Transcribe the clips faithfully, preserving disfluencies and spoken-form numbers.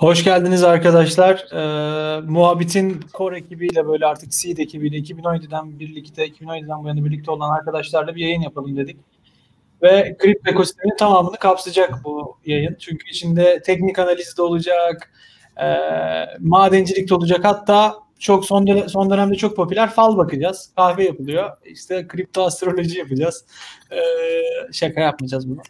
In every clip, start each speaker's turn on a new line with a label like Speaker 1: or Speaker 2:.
Speaker 1: Hoş geldiniz arkadaşlar. Ee, Muhabbet'in core ekibiyle böyle artık Seed ekibiyle iki bin on yediden birlikte, iki bin on yediden bu yana birlikte olan arkadaşlarla bir yayın yapalım dedik. Ve kripto ekosisteminin tamamını kapsayacak bu yayın. Çünkü içinde teknik analiz de olacak, e, madencilik de olacak. Hatta çok son, dönem, son dönemde çok popüler fal bakacağız. Kahve yapılıyor. İşte kripto astroloji yapacağız. Ee, şaka yapmayacağız bunu.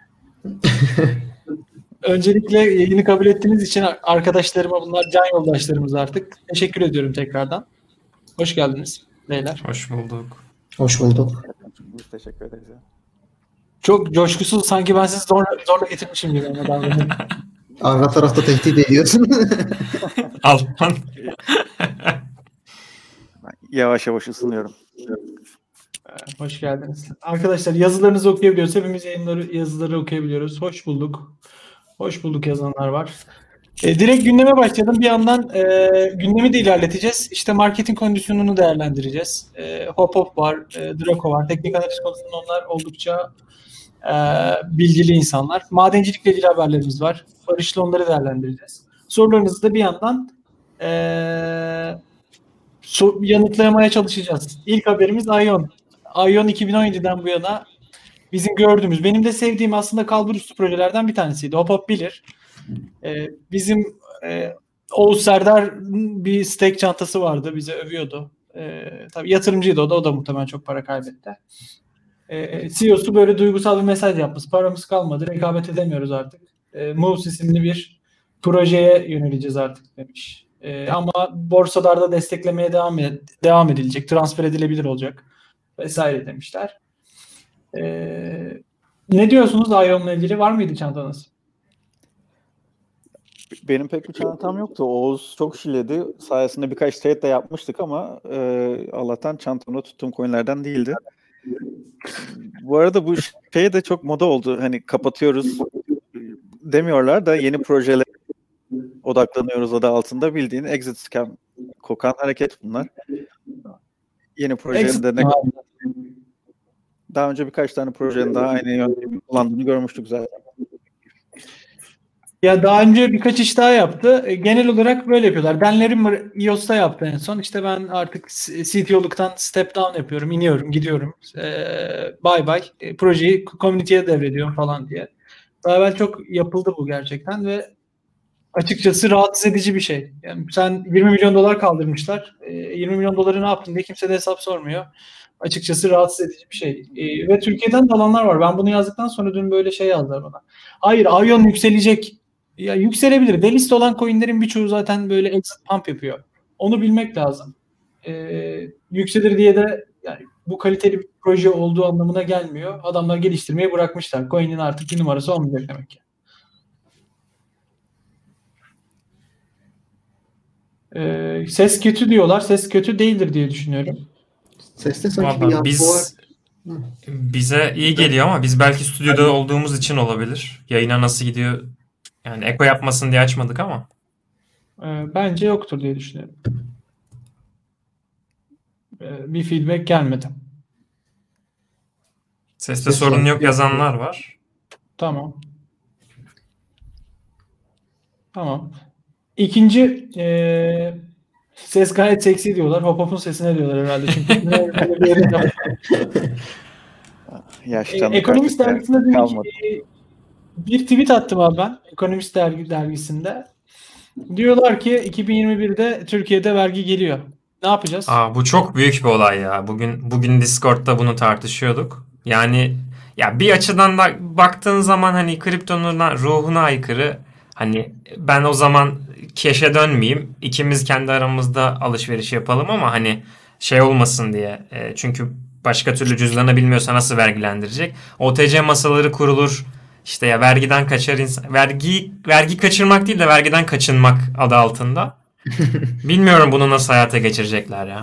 Speaker 1: Öncelikle yayını kabul ettiğiniz için arkadaşlarıma, bunlar can yoldaşlarımız artık. Teşekkür ediyorum tekrardan. Hoş geldiniz beyler.
Speaker 2: Hoş bulduk.
Speaker 3: Hoş bulduk.
Speaker 4: Biz teşekkür ederiz ya.
Speaker 1: Çok coşkusuz, sanki ben sizi zorla, zorla getirmişim gibi.
Speaker 3: Arka tarafta tehdit ediyorsun.
Speaker 2: Alman.
Speaker 4: Yavaş yavaş ısınıyorum.
Speaker 1: Hoş geldiniz. Arkadaşlar yazılarınızı okuyabiliyoruz. Hepimiz yayınları, yazıları okuyabiliyoruz. Hoş bulduk. Hoş bulduk yazanlar var. E, direkt gündeme başladım. Bir yandan e, gündemi de ilerleteceğiz. İşte marketin kondisyonunu değerlendireceğiz. E, Hop Hop var, e, Draco var. Teknik analiz konusunda onlar oldukça e, bilgili insanlar. Madencilikle ilgili haberlerimiz var. Barış'la onları değerlendireceğiz. Sorularınızı da bir yandan e, so, yanıtlamaya çalışacağız. İlk haberimiz Aion. Aion iki bin on yediden bu yana bizim gördüğümüz, benim de sevdiğim aslında kalbur üstü projelerden bir tanesiydi. Hop Hop bilir. Ee, bizim e, Oğuz Serdar'ın bir stake çantası vardı. Bize övüyordu. Ee, tabii yatırımcıydı o da. O da muhtemelen çok para kaybetti. Ee, C E O'su böyle duygusal bir mesaj yapmış. Paramız kalmadı. Rekabet edemiyoruz artık. Ee, Moves isimli bir projeye yöneleceğiz artık demiş. Ee, ama borsalarda desteklemeye devam, ed- devam edilecek. Transfer edilebilir olacak. Vesaire demişler. Ee, ne diyorsunuz Ion'la ilgili? Var mıydı çantanız?
Speaker 4: Benim pek bir çantam yoktu. Oğuz çok şiledi. Sayesinde birkaç trade de yapmıştık ama e, Allah'tan çantamda tuttuğum coinlerden değildi. Bu arada bu şey de çok moda oldu. Hani kapatıyoruz demiyorlar da yeni projelere odaklanıyoruz adı altında, bildiğin exit scam kokan hareket bunlar. Yeni projenin de ne daha önce birkaç tane projenin daha aynı yöntemi kullandığını görmüştük zaten.
Speaker 1: Ya daha önce birkaç iş daha yaptı. E, genel olarak böyle yapıyorlar. Dan Larimer E O S'ta yaptı en son. İşte ben artık C T O'luktan step down yapıyorum. İniyorum, gidiyorum. E, bye bye. E, projeyi community'ye devrediyorum falan diye. Daha evvel çok yapıldı bu gerçekten ve açıkçası rahatsız edici bir şey. Yani sen yirmi milyon dolar kaldırmışlar. E, yirmi milyon doları ne yaptın diye kimse de hesap sormuyor. Açıkçası rahatsız edici bir şey. E, ve Türkiye'den de alanlar var. Ben bunu yazdıktan sonra dün böyle şey yazdılar bana. Hayır, Aion yükselecek. Ya yükselebilir. Delist olan coinlerin birçoğu zaten böyle exit pump yapıyor. Onu bilmek lazım. Ee, yükselir diye de yani bu kaliteli bir proje olduğu anlamına gelmiyor. Adamlar geliştirmeyi bırakmışlar. Coin'in artık bir numarası olmayacak demek ki. Ee, ses kötü diyorlar. Ses kötü değildir diye düşünüyorum.
Speaker 3: Seste sanki bir
Speaker 2: Vallahi
Speaker 3: yankı
Speaker 2: biz
Speaker 3: var.
Speaker 2: bize iyi geliyor ama biz belki stüdyoda olduğumuz için olabilir. Yayına nasıl gidiyor? Yani eko yapmasın diye açmadık ama.
Speaker 1: Ee, bence yoktur diye düşünüyorum. Ee, bir feedback gelmedi.
Speaker 2: Seste
Speaker 3: Ses
Speaker 2: sorun
Speaker 3: yankı
Speaker 2: yok yazanlar var.
Speaker 1: Tamam. Tamam. İkinci e, ses gayet seksi diyorlar. Hop Hop'un sesine diyorlar herhalde. Çünkü böyle bir yerin yok.
Speaker 4: Yaşlandık
Speaker 1: E, Ekonomist
Speaker 4: artık
Speaker 1: dergisinde
Speaker 4: ya.
Speaker 1: dün
Speaker 4: Kalmadı.
Speaker 1: iki- bir tweet attım abi ben. Ekonomist dergi, dergisinde. Diyorlar ki iki bin yirmi birde Türkiye'de vergi geliyor. Ne yapacağız?
Speaker 2: Aa, bu çok büyük bir olay ya. Bugün bugün Discord'da bunu tartışıyorduk. Yani ya bir açıdan da baktığın zaman hani kriptonun ruhuna aykırı. Hani ben o zaman keşe dönmeyeyim. İkimiz kendi aramızda alışveriş yapalım ama hani şey olmasın diye. E, çünkü başka türlü cüzdanı bilmiyorsa nasıl vergilendirecek? O T C masaları kurulur. İşte ya vergiden kaçar insan. Vergi vergi kaçırmak değil de vergiden kaçınmak adı altında. Bilmiyorum bunu nasıl hayata geçirecekler ya.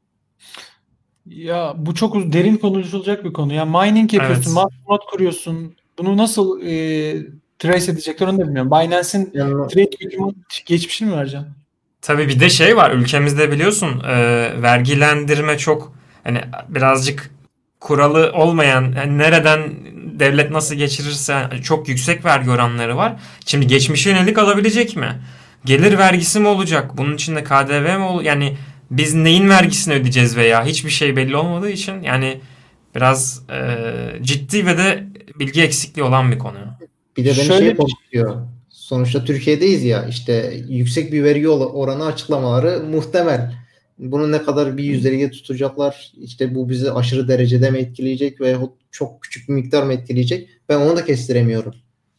Speaker 1: Ya bu çok uz- derin konuşulacak bir konu. Ya mining yapıyorsun,
Speaker 2: Evet.
Speaker 1: masternode kuruyorsun. Bunu nasıl e, trace edecekler onu da bilmiyorum. Binance'in
Speaker 3: Yani
Speaker 1: trade gücünün geçmişini mi vereceksin?
Speaker 2: Tabii bir de şey var ülkemizde biliyorsun e, vergilendirme çok hani birazcık kuralı olmayan yani nereden devlet nasıl geçirirse hani çok yüksek vergi oranları var. Şimdi geçmişe yönelik alabilecek mi? Gelir vergisi mi olacak? Bunun içinde K D V mi olur? Yani biz neyin vergisini ödeyeceğiz veya hiçbir şey belli olmadığı için yani biraz e, ciddi ve de bilgi eksikliği olan bir konu.
Speaker 3: Bir de beni
Speaker 1: Şöyle
Speaker 3: şey
Speaker 1: bir-
Speaker 3: korkutuyor. Sonuçta Türkiye'deyiz ya, işte yüksek bir vergi oranı açıklamaları muhtemel. Bunu ne kadar bir yüzdeliğe tutacaklar, işte bu bizi aşırı derecede mi etkileyecek veya çok küçük bir miktar mı etkileyecek, ben onu da kestiremiyorum.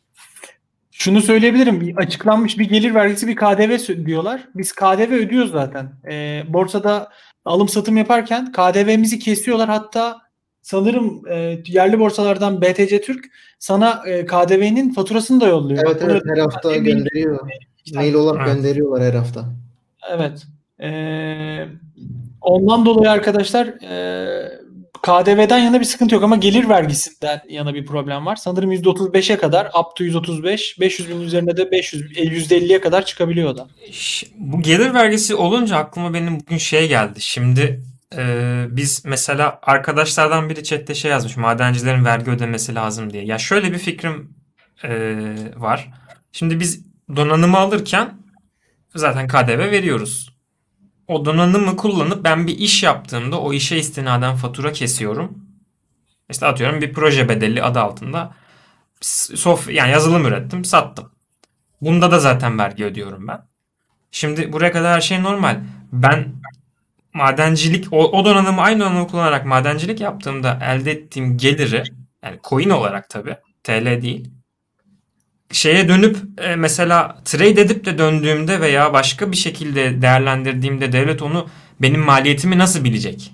Speaker 1: Şunu söyleyebilirim. Bir açıklanmış bir gelir vergisi, bir K D V sö- diyorlar. Biz K D V ödüyoruz zaten. Ee, borsada alım satım yaparken K D V'mizi kesiyorlar. Hatta sanırım e, yerli borsalardan B T C Türk sana e, K D V'nin faturasını da yolluyor.
Speaker 3: Evet
Speaker 1: Bak, bunu
Speaker 3: evet, her hafta
Speaker 1: email-
Speaker 3: gönderiyor. Mail olarak
Speaker 2: Evet.
Speaker 3: gönderiyorlar her hafta.
Speaker 1: Evet. Ee, ondan dolayı arkadaşlar e, K D V'den yana bir sıkıntı yok ama gelir vergisinden yana bir problem var. Sanırım yüzde otuz beşe kadar, up to yüz otuz beş, beş yüz bin üzerine de beş yüz, yüzde elliye kadar çıkabiliyor o da.
Speaker 2: Ş- Bu gelir vergisi olunca aklıma benim bugün şey geldi. Şimdi e, biz mesela arkadaşlardan biri chatte şey yazmış. Madencilerin vergi ödemesi lazım diye. Ya şöyle bir fikrim e, var. Şimdi biz donanımı alırken zaten K D V veriyoruz. O donanımı kullanıp ben bir iş yaptığımda o işe istinaden fatura kesiyorum. İşte atıyorum bir proje bedeli adı altında sof yani yazılım ürettim, sattım. Bunda da zaten vergi ödüyorum ben. Şimdi buraya kadar her şey normal. Ben madencilik, o, o donanımı aynı donanımı kullanarak madencilik yaptığımda elde ettiğim geliri, yani coin olarak tabii, T L değil. Şeye dönüp e, mesela trade edip de döndüğümde veya başka bir şekilde değerlendirdiğimde devlet onu benim maliyetimi nasıl bilecek?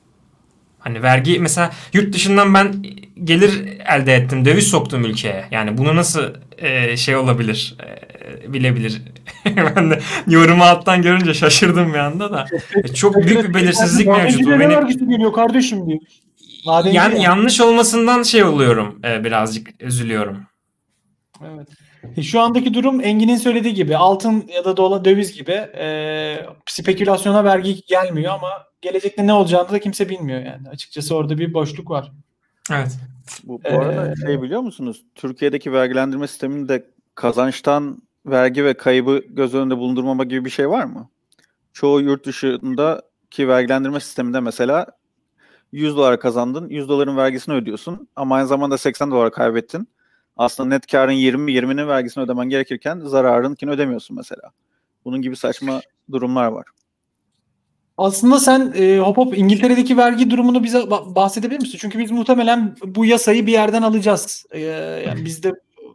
Speaker 2: Hani vergi mesela yurt dışından ben gelir elde ettim, döviz soktum ülkeye. Yani bunu nasıl e, şey olabilir, e, bilebilir? Ben de yorumu alttan görünce şaşırdım bir anda da. E, çok büyük bir belirsizlik mevcut. Bu
Speaker 1: Madencilere ne
Speaker 2: benim
Speaker 1: vergisi geliyor kardeşim diyor. Madenci
Speaker 2: yani
Speaker 1: yani.
Speaker 2: yanlış olmasından şey oluyorum, e, birazcık üzülüyorum.
Speaker 1: Evet. E, Şu andaki durum Engin'in söylediği gibi altın ya da dolar, döviz gibi e, spekülasyona vergi gelmiyor ama gelecekte ne olacağını da kimse bilmiyor yani. Açıkçası orada bir boşluk var.
Speaker 2: Evet.
Speaker 4: Bu, bu arada
Speaker 1: Ee,
Speaker 4: şey biliyor musunuz? Türkiye'deki vergilendirme sisteminde kazançtan vergi ve kaybı göz önünde bulundurmama gibi bir şey var mı? Çoğu yurt dışındaki vergilendirme sisteminde mesela yüz dolar kazandın, yüz doların vergisini ödüyorsun ama aynı zamanda seksen dolar kaybettin. Aslında net karın yirmi, yirminin vergisini ödemen gerekirken zararınkini ödemiyorsun mesela. Bunun gibi saçma durumlar var.
Speaker 1: Aslında sen e, hop hop İngiltere'deki vergi durumunu bize ba- bahsedebilir misin? Çünkü biz muhtemelen bu yasayı bir yerden alacağız. E, yani bizde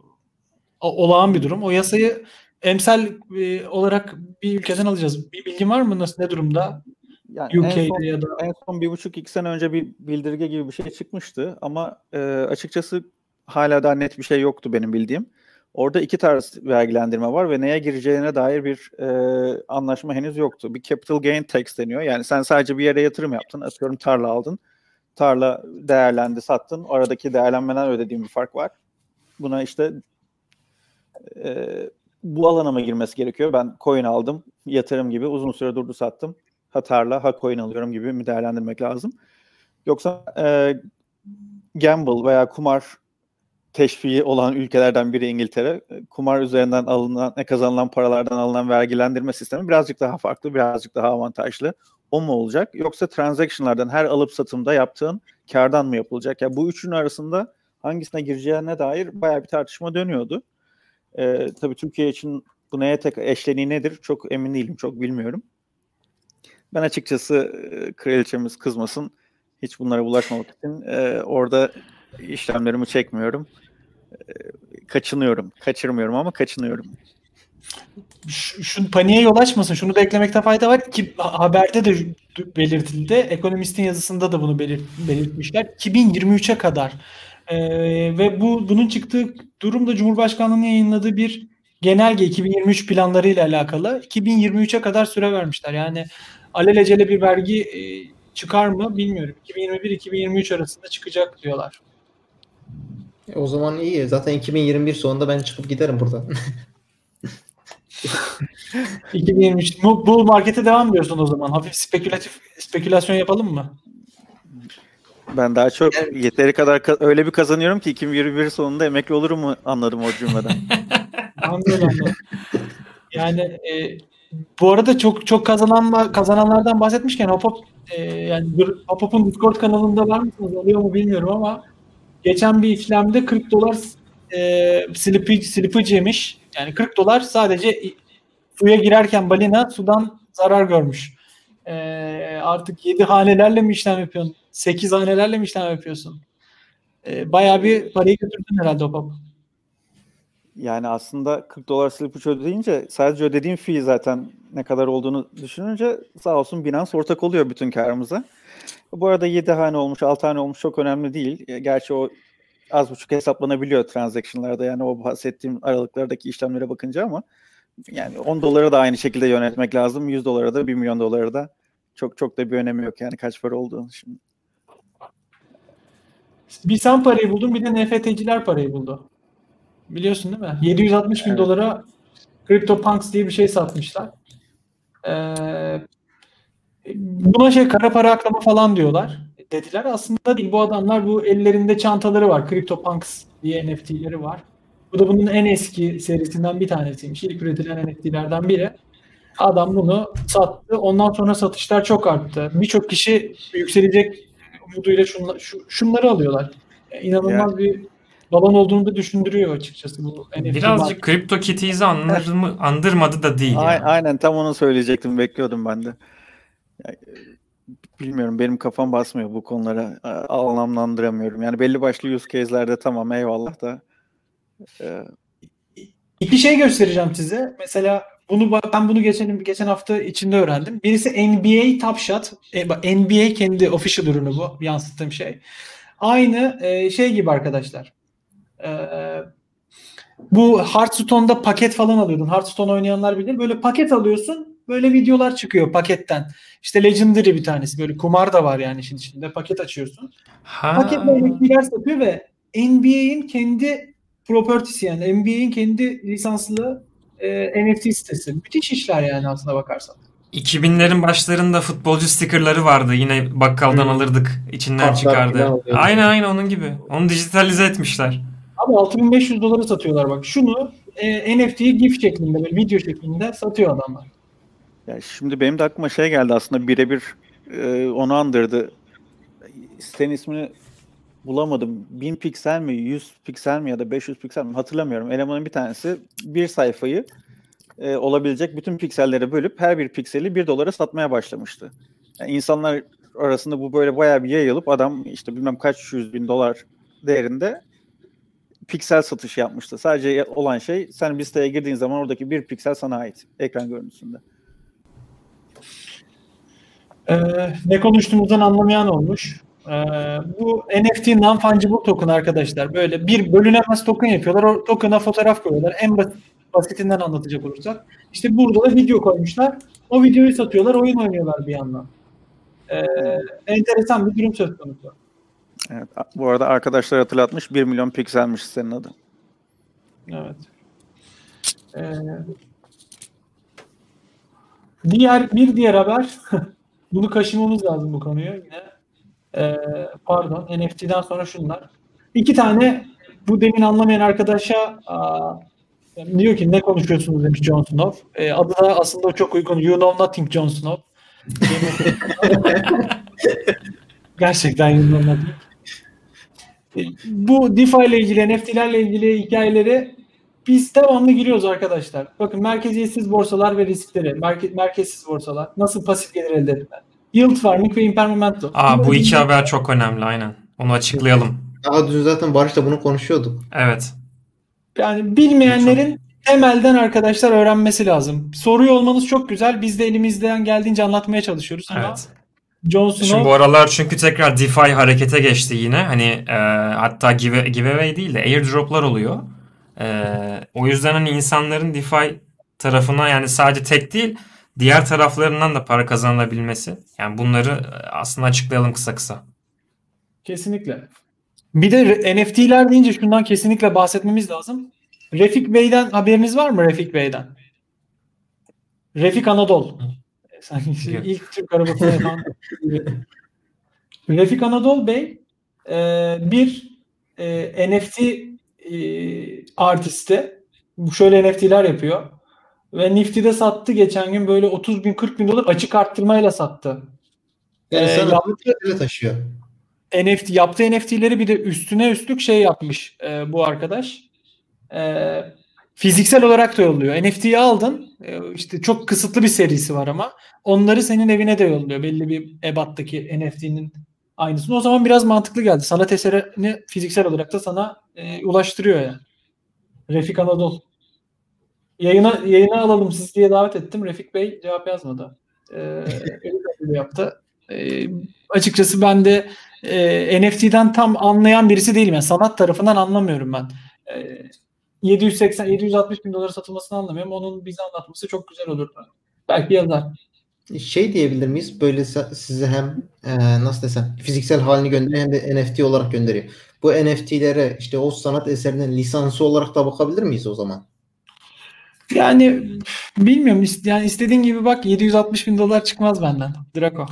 Speaker 1: o- olağan bir durum. O yasayı emsal e, olarak bir ülkeden alacağız. Bir bilgin var mı? Nasıl, ne durumda?
Speaker 4: Yani
Speaker 1: U
Speaker 4: en
Speaker 1: K'de
Speaker 4: son,
Speaker 1: ya da
Speaker 4: en son bir buçuk iki sene önce bir bildirge gibi bir şey çıkmıştı ama e, açıkçası hala daha net bir şey yoktu benim bildiğim. Orada iki tarz vergilendirme var ve neye gireceğine dair bir e, anlaşma henüz yoktu. Bir capital gain tax deniyor. Yani sen sadece bir yere yatırım yaptın. Atıyorum tarla aldın. Tarla değerlendi, sattın. Aradaki değerlenmeden ödediğin bir fark var. Buna işte e, bu alana mı girmesi gerekiyor? Ben coin aldım, yatırım gibi uzun süre durdu sattım. Ha tarla, ha coin alıyorum gibi mi değerlendirmek lazım? Yoksa e, gamble veya kumar teşviği olan ülkelerden biri İngiltere. Kumar üzerinden alınan, ne kazanılan paralardan alınan vergilendirme sistemi birazcık daha farklı, birazcık daha avantajlı. O mu olacak? Yoksa transaction'lardan her alıp satımda yaptığın kardan mı yapılacak? Ya bu üçünün arasında hangisine gireceğine dair bayağı bir tartışma dönüyordu. Ee, tabii Türkiye için bu neye tek eşleniği nedir? Çok emin değilim, çok bilmiyorum. Ben açıkçası e, kraliçemiz kızmasın. Hiç bunlara bulaşmamak için e, orada işlemlerimi çekmiyorum. E, kaçınıyorum. Kaçırmıyorum ama kaçınıyorum.
Speaker 1: şu, şu paniğe yol açmasın. Şunu da eklemekte fayda var ki haberde de belirtildi. Ekonomistin yazısında da bunu belir, belirtmişler. iki bin yirmi üçe kadar Ee, ve bu bunun çıktığı durumda Cumhurbaşkanlığı'nın yayınladığı bir genelge iki bin yirmi üç planlarıyla alakalı. iki bin yirmi üçe kadar süre vermişler. Yani alelacele bir vergi e, çıkar mı bilmiyorum. iki bin yirmi bir iki bin yirmi üç arasında çıkacak diyorlar.
Speaker 3: E, o zaman iyi. Zaten iki bin yirmi bir sonunda ben çıkıp giderim buradan.
Speaker 1: iki bin yirmi üç bu, bu markete devam ediyorsun o zaman. Hafif spekülatif spekülasyon yapalım mı?
Speaker 4: Ben daha çok yeteri kadar ka- öyle bir kazanıyorum ki iki bin yirmi bir sonunda emekli olurum mu anladım o cümleden.
Speaker 1: Anladım, anladım. Yani e, bu arada çok çok kazanan kazananlardan bahsetmişken Hop e, yani Hop'un Discord kanalında var mısınız? Oluyor mu bilmiyorum ama geçen bir işlemde kırk dolar e, slippage, slippage yemiş. Yani kırk dolar sadece suya girerken balina sudan zarar görmüş. E, artık yedi hanelerle mi işlem yapıyorsun? sekiz hanelerle mi işlem yapıyorsun? E, bayağı bir parayı götürdün herhalde Hop.
Speaker 4: Yani aslında kırk dolar slippage ödeyince sadece ödediğim fee zaten ne kadar olduğunu düşününce sağ olsun Binance ortak oluyor bütün karımıza. Bu arada yedi hane olmuş, altı hane olmuş çok önemli değil. Gerçi o az buçuk hesaplanabiliyor transaction'larda, yani o bahsettiğim aralıklardaki işlemlere bakınca, ama yani on dolara da aynı şekilde yönetmek lazım. yüz dolara da, bir milyon dolara da çok çok da bir önemi yok yani kaç para olduğunu şimdi.
Speaker 1: Bir sen parayı buldun, bir de N F T'ciler parayı buldu. Biliyorsun değil mi? yedi yüz altmış bin
Speaker 4: Evet.
Speaker 1: dolara CryptoPunks diye bir şey satmışlar. Ee, buna şey kara para aklama falan diyorlar. Dediler. Aslında değil. Bu adamlar, bu ellerinde çantaları var. CryptoPunks diye N F T'leri var. Bu da bunun en eski serisinden bir tanesiymiş. İlk üretilen N F T'lerden biri. Adam bunu sattı. Ondan sonra satışlar çok arttı. Birçok kişi yükselecek umuduyla şunla, şu, şunları alıyorlar. Yani inanılmaz
Speaker 4: Ya.
Speaker 1: bir balon olduğunu da düşündürüyor açıkçası bu N F T.
Speaker 2: Birazcık CryptoKitties'i anlar mı, andırmadı da değil
Speaker 4: A-
Speaker 2: yani.
Speaker 4: Aynen tam onu söyleyecektim. Bekliyordum ben de. Yani, bilmiyorum, benim kafam basmıyor bu konulara. A- Anlamlandıramıyorum. Yani belli başlı use case'lerde tamam eyvallah da. E,
Speaker 1: İki şey göstereceğim size. Mesela bunu ben bunu geçen geçen hafta içinde öğrendim. Birisi N B A Top Shot. E, bak, N B A kendi official ürünü bu. Yansıttığım şey. Aynı e, şey gibi arkadaşlar. E, bu Hearthstone'da paket falan alıyordun. Hearthstone oynayanlar bilir. Böyle paket alıyorsun. Böyle videolar çıkıyor paketten. İşte Legendary bir tanesi. Böyle kumar da var yani işin içinde. Paket açıyorsun.
Speaker 2: Ha.
Speaker 1: Paketle N F T'ler satıyor ve N B A'in kendi property'si, yani N B A'in kendi lisanslı e, N F T sitesi. Müthiş işler yani aslına bakarsan.
Speaker 2: iki binlerin başlarında futbolcu stickerları vardı. Yine bakkaldan
Speaker 3: Hmm.
Speaker 2: alırdık. İçinden
Speaker 3: Kartlar
Speaker 2: çıkardı.
Speaker 3: falan alıyorduk.
Speaker 2: Aynen aynen onun gibi. Onu dijitalize etmişler.
Speaker 1: Abi altı bin beş yüz dolara satıyorlar bak. Şunu e, N F T'yi GIF şeklinde, böyle video şeklinde satıyor adamlar.
Speaker 4: Ya şimdi benim de aklıma şey geldi aslında, birebir e, onu andırdı. Sitenin ismini bulamadım. bin piksel mi, yüz piksel mi ya da beş yüz piksel mi hatırlamıyorum. Elemanın bir tanesi bir sayfayı e, olabilecek bütün pikselleri bölüp her bir pikseli bir dolara satmaya başlamıştı. Yani insanlar arasında bu böyle bayağı bir yayılıp adam işte bilmem kaç yüz bin dolar değerinde piksel satışı yapmıştı. Sadece olan şey, sen bir siteye girdiğin zaman oradaki bir piksel sana ait ekran görüntüsünde.
Speaker 1: Ee, ne konuştuğumuzdan anlamayan olmuş. Ee, bu N F T non-fungible token arkadaşlar. Böyle bir bölünemez token yapıyorlar. O token'a fotoğraf koyuyorlar. En basit, basitinden anlatacak olursak. İşte burada da video koymuşlar. O videoyu satıyorlar. Oyun oynuyorlar bir yandan. Ee, enteresan bir durum söz konusu.
Speaker 4: Evet, bu arada arkadaşlar hatırlatmış, bir milyon pikselmiş senin adı.
Speaker 1: Evet. Ee, diğer bir diğer haber bunu kaşımamız lazım bu konuyu yine. Ee, pardon, N F T'den sonra şunlar. İki tane bu demin anlamayan arkadaşa aa, diyor ki ne konuşuyorsunuz demiş Jon Snow. Ee, adı da aslında çok uygun. You know nothing Jon Snow. Gerçekten you know nothing. Bu DeFi ile ilgili, N F T'lerle ilgili hikayeleri biz devamlı giriyoruz arkadaşlar. Bakın merkeziyetsiz borsalar ve riskleri, merke, merkezsiz borsalar, nasıl pasif gelir elde etme, yield farming ve impermanent loss.
Speaker 2: Aa, bu
Speaker 1: Bunları
Speaker 2: iki
Speaker 1: bilmek-
Speaker 2: haber çok önemli aynen. Onu açıklayalım.
Speaker 3: Daha dün zaten Barış'la bunu konuşuyorduk.
Speaker 2: Evet.
Speaker 1: Yani bilmeyenlerin temelden arkadaşlar öğrenmesi lazım. Soruyor olmanız çok güzel. Biz de elimizden geldiğince anlatmaya çalışıyoruz ama
Speaker 2: Evet.
Speaker 1: Jon
Speaker 2: Şimdi bu
Speaker 1: Snow
Speaker 2: aralar çünkü tekrar DeFi harekete geçti yine. Hani e, hatta give, giveaway değil de airdroplar oluyor. E, o yüzden hani insanların DeFi tarafına, yani sadece tek değil diğer taraflarından da para kazanılabilmesi. Yani bunları e, aslında açıklayalım kısa kısa.
Speaker 1: kesinlikle. Bir de N F T'ler deyince şundan kesinlikle bahsetmemiz lazım. Refik Bey'den haberiniz var mı, Refik Bey'den? Refik Anadolu. Sanki şey,
Speaker 2: Yok.
Speaker 1: ilk Türk arabasını yapan. Refik Anadolu Bey e, bir e, N F T e, artisti. Bu şöyle N F T'ler yapıyor. Ve Nifty'de sattı geçen gün böyle otuz bin kırk bin dolar açık arttırmayla sattı.
Speaker 3: Yani
Speaker 1: Ee,
Speaker 3: sanatı
Speaker 1: yaptığı
Speaker 3: Türkiye'de taşıyor.
Speaker 1: N F T yaptığı N F T'leri bir de üstüne üstlük şey yapmış e, bu arkadaş. E, fiziksel olarak da yolluyor. N F T'yi aldın. E, işte çok kısıtlı bir serisi var ama onları senin evine de yolluyor. Belli bir ebattaki N F T'nin aynısını. O zaman biraz mantıklı geldi. Sanat eserini fiziksel olarak da sana e, ulaştırıyor yani. Refik Anadolu. Yayına, yayına alalım siz diye davet ettim. Refik Bey cevap yazmadı. Ee, öyle yaptı. Ee, açıkçası ben de e, N F T'den tam anlayan birisi değilim. Yani sanat tarafından anlamıyorum ben. Ee, yedi yüz seksen yedi yüz altmış bin dolara satılmasını anlamıyorum. Onun bize anlatması çok güzel olurdu. Belki yazar.
Speaker 3: Şey diyebilir miyiz? Böyle sa- size hem e, nasıl desem fiziksel halini gönderiyor hem de N F T olarak gönderiyor. Bu N F T'lere işte o sanat eserinin lisansı olarak da bakabilir miyiz o zaman?
Speaker 1: Yani bilmiyorum. İst- Yani istediğin gibi bak yedi yüz altmış bin dolar çıkmaz benden. Draco.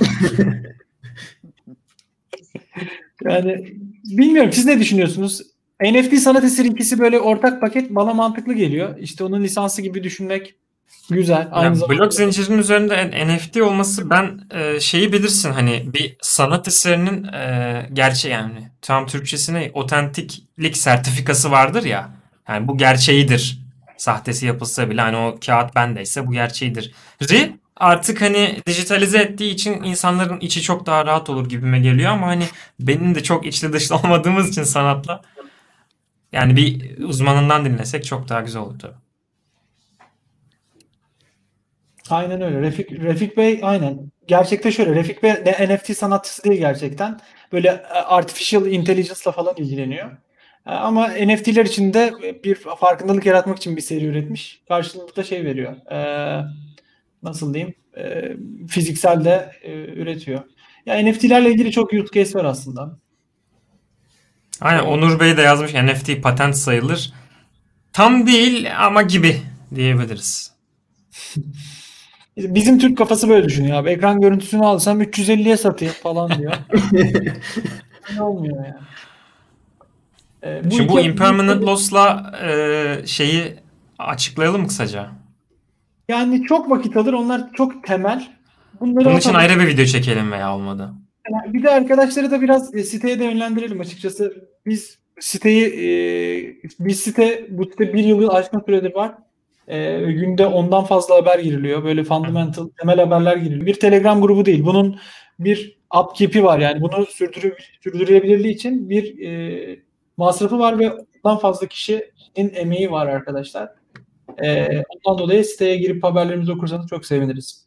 Speaker 1: Yani bilmiyorum. Siz ne düşünüyorsunuz? N F T sanat eseri ikisi böyle ortak paket bana mantıklı geliyor. İşte onun lisansı gibi düşünmek güzel. Aynı
Speaker 2: Ya
Speaker 1: zamanda
Speaker 2: blok zincirinin üzerinde N F T olması ben e, şeyi bilirsin hani bir sanat eserinin e, gerçeği yani tam Türkçesine otentiklik sertifikası vardır ya. Yani bu gerçeğidir. Sahtesi yapılsa bile hani o kağıt bendeyse bu gerçeğidir. Ri artık hani dijitalize ettiği için insanların içi çok daha rahat olur gibime geliyor ama hani benim de çok içli dışlı olmadığımız için sanatla yani bir uzmanından dinlesek çok daha güzel olur tabii.
Speaker 1: aynen öyle. Refik, Refik Bey aynen. Gerçekte şöyle. Refik Bey de N F T sanatçısı değil gerçekten. Böyle e, artificial intelligence'la falan ilgileniyor. E, Ama N F T'ler için de bir farkındalık yaratmak için bir seri üretmiş. Karşılığında şey veriyor. E, nasıl diyeyim? E, fiziksel de e, üretiyor. Ya N F T'lerle ilgili çok use case var aslında.
Speaker 2: Aynen Onur Bey de yazmış N F T patent sayılır. Tam değil ama gibi diyebiliriz.
Speaker 1: Bizim Türk kafası böyle düşünüyor abi. Ekran görüntüsünü alsam üç yüz elliye satayım falan diyor. Ne olmuyor yani. Ee, bu
Speaker 2: Şimdi bu
Speaker 1: iki
Speaker 2: impermanent loss'la e, şeyi açıklayalım mı kısaca?
Speaker 1: yani çok vakit alır. Onlar çok temel. Bunları
Speaker 2: Bunun için
Speaker 1: atalım.
Speaker 2: ayrı bir video çekelim veya olmadı.
Speaker 1: Yani bir de arkadaşları da biraz e, siteye de yönlendirelim açıkçası. Biz siteyi e, biz site bu site bir yılı aşkın süredir var. E, günde ondan fazla haber giriliyor. Böyle fundamental temel haberler giriliyor. Bir Telegram grubu değil. Bunun bir upkeep'i var. Yani bunu sürdürü, sürdürülebilirliği için bir e, masrafı var ve ondan fazla kişinin emeği var arkadaşlar. E, ondan dolayı siteye girip haberlerimizi okursanız çok seviniriz.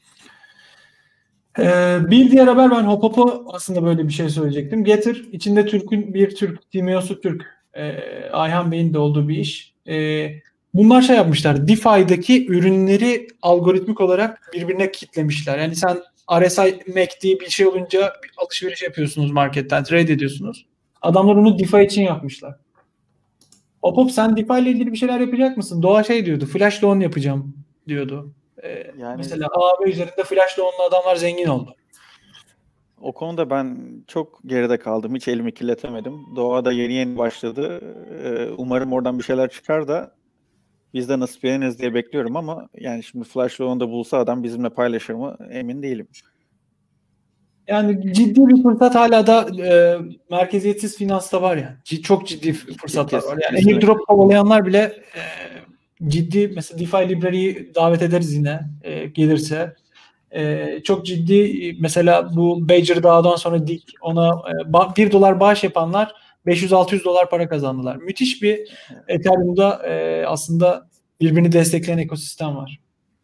Speaker 1: Ee, bir diğer haber ben Hopop'u aslında böyle bir şey söyleyecektim. Getir içinde Türk'ün bir Türk, Timiyosu Türk, e, Ayhan Bey'in de olduğu bir iş. E, bunlar şey yapmışlar. DeFi'deki ürünleri algoritmik olarak birbirine kitlemişler. Yani sen R S I M A C D bir şey olunca bir alışveriş yapıyorsunuz marketten, trade ediyorsunuz. Adamlar onu DeFi için yapmışlar. Hopop sen DeFi ile ilgili bir şeyler yapacak mısın? Doğa şey diyordu. Flash loan yapacağım diyordu. Ee,
Speaker 4: Yani-
Speaker 1: mesela A B üzerinde flash loan'lu adamlar zengin oldu.
Speaker 4: O konuda ben çok geride kaldım. Hiç elimi kirletemedim. Doğada yeni yeni başladı. Ee, Umarım oradan bir şeyler çıkar da biz de nasip yeniriz diye bekliyorum ama yani şimdi Flash Loan'da bulsa adam bizimle paylaşır mı emin değilim.
Speaker 1: Yani ciddi bir fırsat hala da e, merkeziyetsiz finansta var ya. C- çok ciddi f- fırsatlar var. Yani
Speaker 4: Kesinlikle.
Speaker 1: airdrop kovalayanlar bile e, ciddi mesela DeFi Library'yi davet ederiz yine e, gelirse. E, çok ciddi mesela bu Badger Dağı'dan sonra dik ona e, ba- bir dolar bağış yapanlar beş yüz altı yüz dolar para kazandılar. Müthiş bir Ethereum'da e, aslında birbirini destekleyen ekosistem var.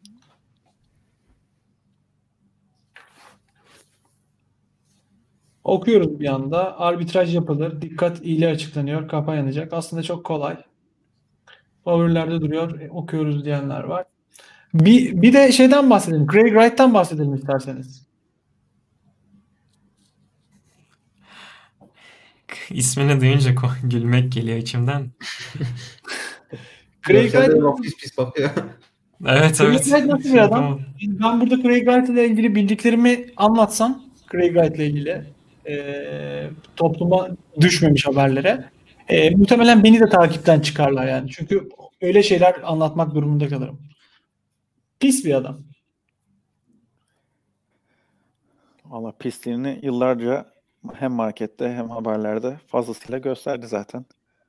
Speaker 1: Okuyoruz bir anda. Arbitraj yapılır. Dikkat ile açıklanıyor. Kapa yanacak. Aslında çok kolay. Favorilerde duruyor. E, okuyoruz diyenler var. Bir, bir de şeyden bahsedelim. Craig Wright'tan bahsedelim isterseniz.
Speaker 2: İsmini duyunca ko- gülmek geliyor içimden.
Speaker 1: Craig
Speaker 3: Görselde
Speaker 1: Wright,
Speaker 3: bak pis pis bakıyor.
Speaker 2: Evet
Speaker 1: Craig
Speaker 2: evet.
Speaker 1: Wright nasıl bir adam? Ben burada Craig Wright ile ilgili bildiklerimi anlatsam Craig Wright ile ilgili. e, topluma düşmemiş haberlere. E, muhtemelen beni de takipten çıkarlar yani. Çünkü öyle şeyler anlatmak durumunda kalırım. Pis bir adam.
Speaker 4: Valla pisliğini yıllarca hem markette hem haberlerde fazlasıyla gösterdi zaten.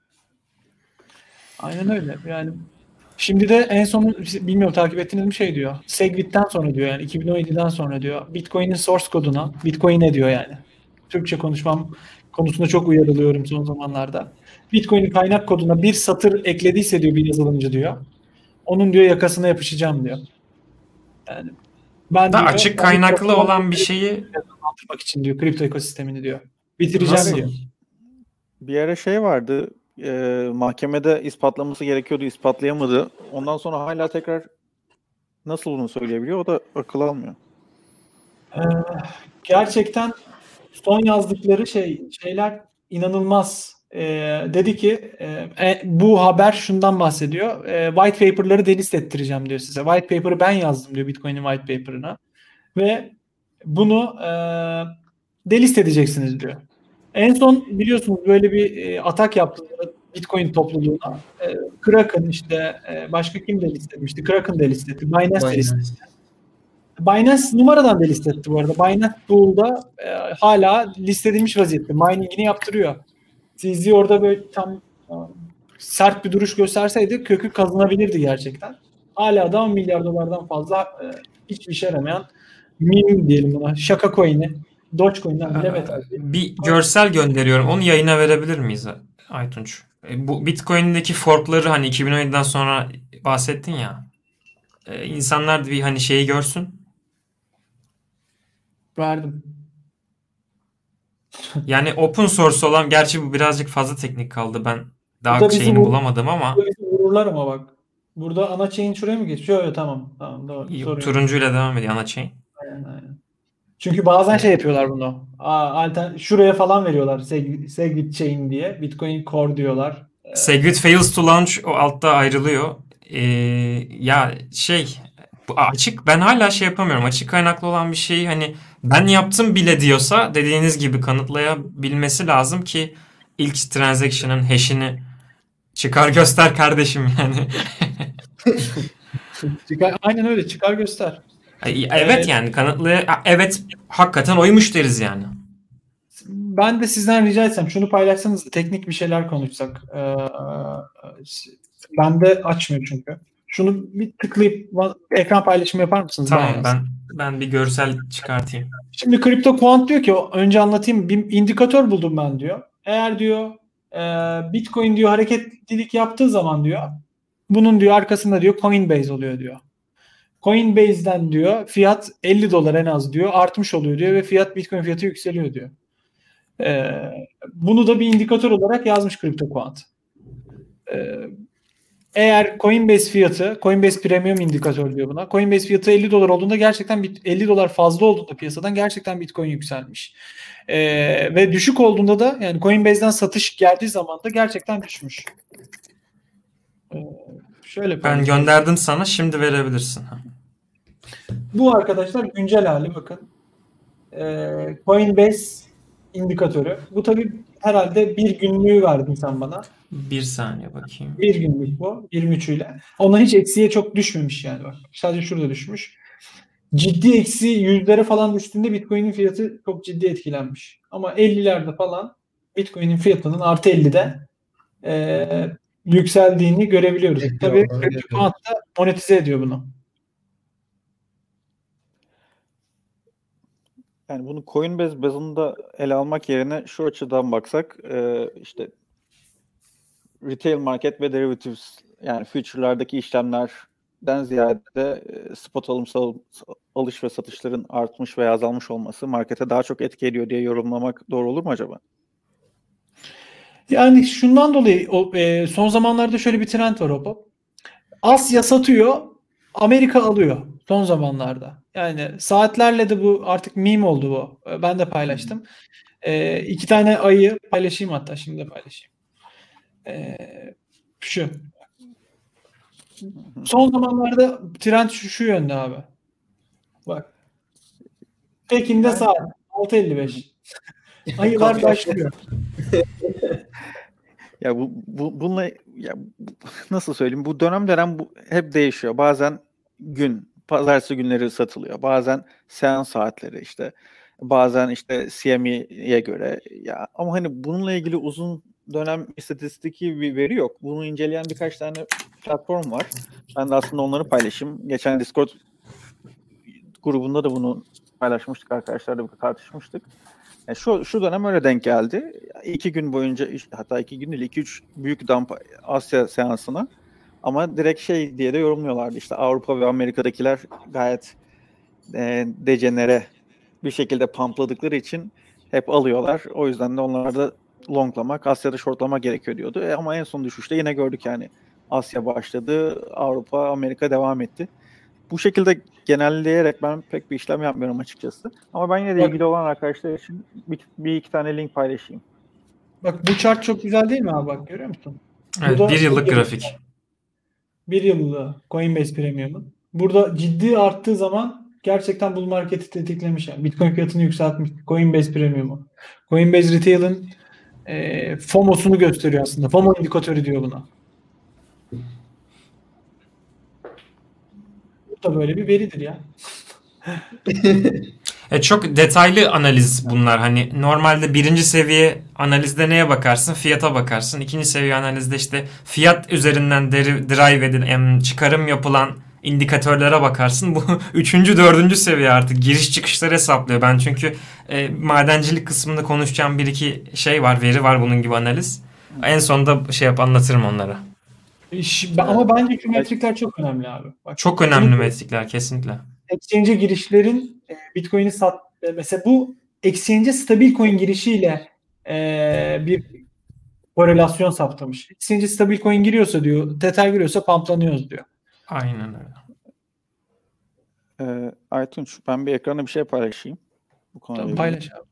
Speaker 1: Aynen öyle. Yani şimdi de en son bilmiyorum takip ettiğiniz bir şey diyor. Segwit'ten sonra diyor yani iki bin on yediden sonra diyor. Bitcoin'in source koduna, Bitcoin'e diyor yani. Türkçe konuşmam konusunda çok uyarılıyorum son zamanlarda. Bitcoin'in kaynak koduna bir satır eklediyse diyor bir yazılımcı diyor. Onun diyor yakasına yapışacağım diyor. Yani ben
Speaker 2: Da
Speaker 1: diyor
Speaker 2: açık
Speaker 1: yani
Speaker 2: kaynaklı olan bir şeyi
Speaker 1: anlatmak için diyor kripto ekosistemini diyor. Bitireceğim
Speaker 2: nasıl?
Speaker 1: diyor.
Speaker 4: Bir ara şey vardı, e, mahkemede ispatlaması gerekiyordu, ispatlayamadı. Ondan sonra hala tekrar nasıl bunu söyleyebiliyor, o da akıl almıyor.
Speaker 1: Ee, gerçekten son yazdıkları şey şeyler inanılmaz. Ee, dedi ki e, bu haber şundan bahsediyor. E, white paper'ları delist ettireceğim diyor size. White paper'ı ben yazdım diyor Bitcoin'in white paper'ına. Ve bunu e, delist edeceksiniz diyor. En son biliyorsunuz böyle bir e, atak yaptılar Bitcoin topluluğuna. E, Kraken işte e, başka kim delist etmişti? Kraken delist etti. Binance delist etti. Binance numaradan da listetti bu arada. Binance Pool'da e, hala listedilmiş vaziyette. Mining'ini yaptırıyor. C Z orada böyle tam e, sert bir duruş gösterseydi kökü kazanabilirdi gerçekten. Hala da on milyar dolardan fazla e, hiçbir işe yaramayan meme diyelim buna. Şaka coin'i. Dogecoin'den bile beter.
Speaker 2: Bir görsel gönderiyorum. Onu yayına verebilir miyiz Aytunç? E, Bu Bitcoin'deki forkları hani iki bin on yediden sonra bahsettin ya. E, insanlar da bir hani şeyi görsün.
Speaker 1: Verdim.
Speaker 2: Yani open source olan, gerçi bu birazcık fazla teknik kaldı. Ben daha
Speaker 1: Burada bizi
Speaker 2: şeyini
Speaker 1: vur-
Speaker 2: bulamadım ama
Speaker 1: Burada bizi vururlar ama bak. Burada ana chain şuraya mı geçiyor? Yok tamam. Tamam doğru.
Speaker 2: yok,
Speaker 1: Sorun yok.
Speaker 2: turuncuyla devam ediyor ana chain.
Speaker 1: Aynen, aynen. Çünkü bazen şey yapıyorlar bunu. Aa, altern şuraya falan veriyorlar. Segwit, Segwit chain diye. Bitcoin Core diyorlar. Ee,
Speaker 2: Segwit fails to launch o altta ayrılıyor. Ee, ya şey bu açık, ben hala şey yapamıyorum. Açık kaynaklı olan bir şeyi hani ben yaptım bile diyorsa dediğiniz gibi kanıtlayabilmesi lazım ki ilk transaction'ın hash'ini çıkar göster kardeşim yani.
Speaker 1: çıkar, aynen öyle. Çıkar göster.
Speaker 2: Ay, Evet
Speaker 1: Ee,
Speaker 2: yani kanıtlaya evet hakikaten oymuş deriz yani.
Speaker 1: ben de sizden rica etsem şunu paylaşsanız da teknik bir şeyler konuşsak. Ee, ben de açmıyor çünkü. Şunu bir tıklayıp ekran paylaşımı yapar mısınız? Ben
Speaker 2: Tamam,
Speaker 1: yazdım.
Speaker 2: ben ben bir görsel çıkartayım.
Speaker 1: Şimdi Crypto Quant diyor ki önce anlatayım bir indikatör buldum ben diyor. Eğer diyor e, Bitcoin diyor hareketlilik yaptığı zaman diyor bunun diyor arkasında diyor Coinbase oluyor diyor. Coinbase'den diyor fiyat elli dolar en az diyor artmış oluyor diyor ve fiyat Bitcoin fiyatı yükseliyor diyor. E, bunu da bir indikatör olarak yazmış Crypto Quant. E, eğer Coinbase fiyatı, Coinbase Premium indikatör diyor buna. Coinbase fiyatı elli dolar olduğunda gerçekten elli dolar fazla olduğunda piyasadan gerçekten Bitcoin yükselmiş. Ee, ve düşük olduğunda da yani Coinbase'den satış geldiği zaman da gerçekten düşmüş. Ee, şöyle
Speaker 2: Ben
Speaker 1: paylaşayım.
Speaker 2: gönderdim sana, şimdi verebilirsin.
Speaker 1: Bu arkadaşlar güncel hali bakın. Ee, Coinbase indikatörü. Bu tabii herhalde bir günlüğü verdin sen bana.
Speaker 2: Bir saniye bakayım.
Speaker 1: Bir günlük bu. yirmi üçüyle. Ona hiç eksiye çok düşmemiş yani bak. Sadece şurada düşmüş. Ciddi eksi yüzlere falan düştüğünde Bitcoin'in fiyatı çok ciddi etkilenmiş. Ama ellilerde falan Bitcoin'in fiyatının artı ellide e, yükseldiğini görebiliyoruz.
Speaker 3: Ekli
Speaker 1: Tabii
Speaker 3: olduğunu
Speaker 1: CryptoQuant da monetize ediyor bunu.
Speaker 4: Yani bunu Coinbase bazında ele almak yerine şu açıdan baksak, e, işte retail market ve derivatives, yani future'lardaki işlemlerden ziyade e, spot alımsal alış ve satışların artmış veya azalmış olması markete daha çok etki ediyor diye yorumlamak doğru olur mu acaba?
Speaker 1: Yani şundan dolayı o, e, son zamanlarda şöyle bir trend var hop. Asya satıyor, Amerika alıyor son zamanlarda. Yani saatlerle de bu artık meme oldu bu. Ben de paylaştım. E, iki tane ayı paylaşayım hatta şimdi de paylaşayım. E, şu. Son zamanlarda trend şu, şu yönde abi. Bak. Pekin'de
Speaker 3: Yani-
Speaker 1: saat altı elli beş. Ayılar başlıyor.
Speaker 4: Ya bu, bu bununla ya bu- nasıl söyleyeyim? Bu dönem dönem bu hep değişiyor. Bazen gün, pazartesi günleri satılıyor. Bazen seans saatleri işte. Bazen işte C M E'ye göre. Ya ama hani bununla ilgili uzun dönem istatistiki bir veri yok. Bunu inceleyen birkaç tane platform var. Ben de aslında onları paylaşayım. Geçen Discord grubunda da bunu paylaşmıştık, arkadaşlarla bir tartışmıştık. Yani şu şu dönem öyle denk geldi. İki gün boyunca, hatta iki gün değil, iki üç büyük dump Asya seansına. Ama direkt şey diye de yorumluyorlardı. İşte Avrupa ve Amerika'dakiler gayet e, dejenere bir şekilde pumpladıkları için hep alıyorlar. O yüzden de onlara da longlamak, Asya'da shortlamak gerekiyor diyordu. E, ama en son düşüşte yine gördük yani. Asya başladı, Avrupa, Amerika devam etti. Bu şekilde genelleyerek ben pek bir işlem yapmıyorum açıkçası. Ama ben yine de
Speaker 1: Bak-
Speaker 4: ilgili olan arkadaşlar için bir, bir iki tane link paylaşayım.
Speaker 1: Bak bu chart çok güzel değil mi abi, bak görüyor musun?
Speaker 2: Evet,
Speaker 1: Bu da
Speaker 2: bir yıllık grafik.
Speaker 1: Bir yıllığı Coinbase Premium'un. Burada ciddi arttığı zaman gerçekten bull marketi tetiklemiş. Yani Bitcoin fiyatını yükseltmiş Coinbase Premium'u. Coinbase Retail'ın e, FOMO'sunu gösteriyor aslında. FOMO indikatörü diyor buna. Bu da böyle bir veridir ya.
Speaker 2: E, çok detaylı analiz bunlar. Hani normalde birinci seviye analizde neye bakarsın? Fiyata bakarsın. İkinci seviye analizde işte fiyat üzerinden deri- drive edilen, çıkarım yapılan indikatörlere bakarsın. Bu üçüncü, dördüncü seviye artık giriş çıkışları hesaplıyor. Ben çünkü e, madencilik kısmında konuşacağım bir iki şey var, veri var bunun gibi analiz. En sonunda şey yap anlatırım onlara.
Speaker 1: İş- Ama bence şu metrikler çok önemli abi. Bak,
Speaker 2: Çok önemli metrikler kesinlikle.
Speaker 1: exchange'e girişlerin e, Bitcoin'i sat e, mesela bu exchange'e stabil coin girişiyle e, bir korelasyon saptamış. Exchange'e stabil coin giriyorsa diyor, Tether giriyorsa pumplanıyoruz diyor.
Speaker 2: Aynen öyle.
Speaker 4: Ee, Aytunç, ben bir ekrana bir şey paylaşayım. Bu konuyla
Speaker 1: Tamam,
Speaker 4: ilgili.
Speaker 1: paylaş abi.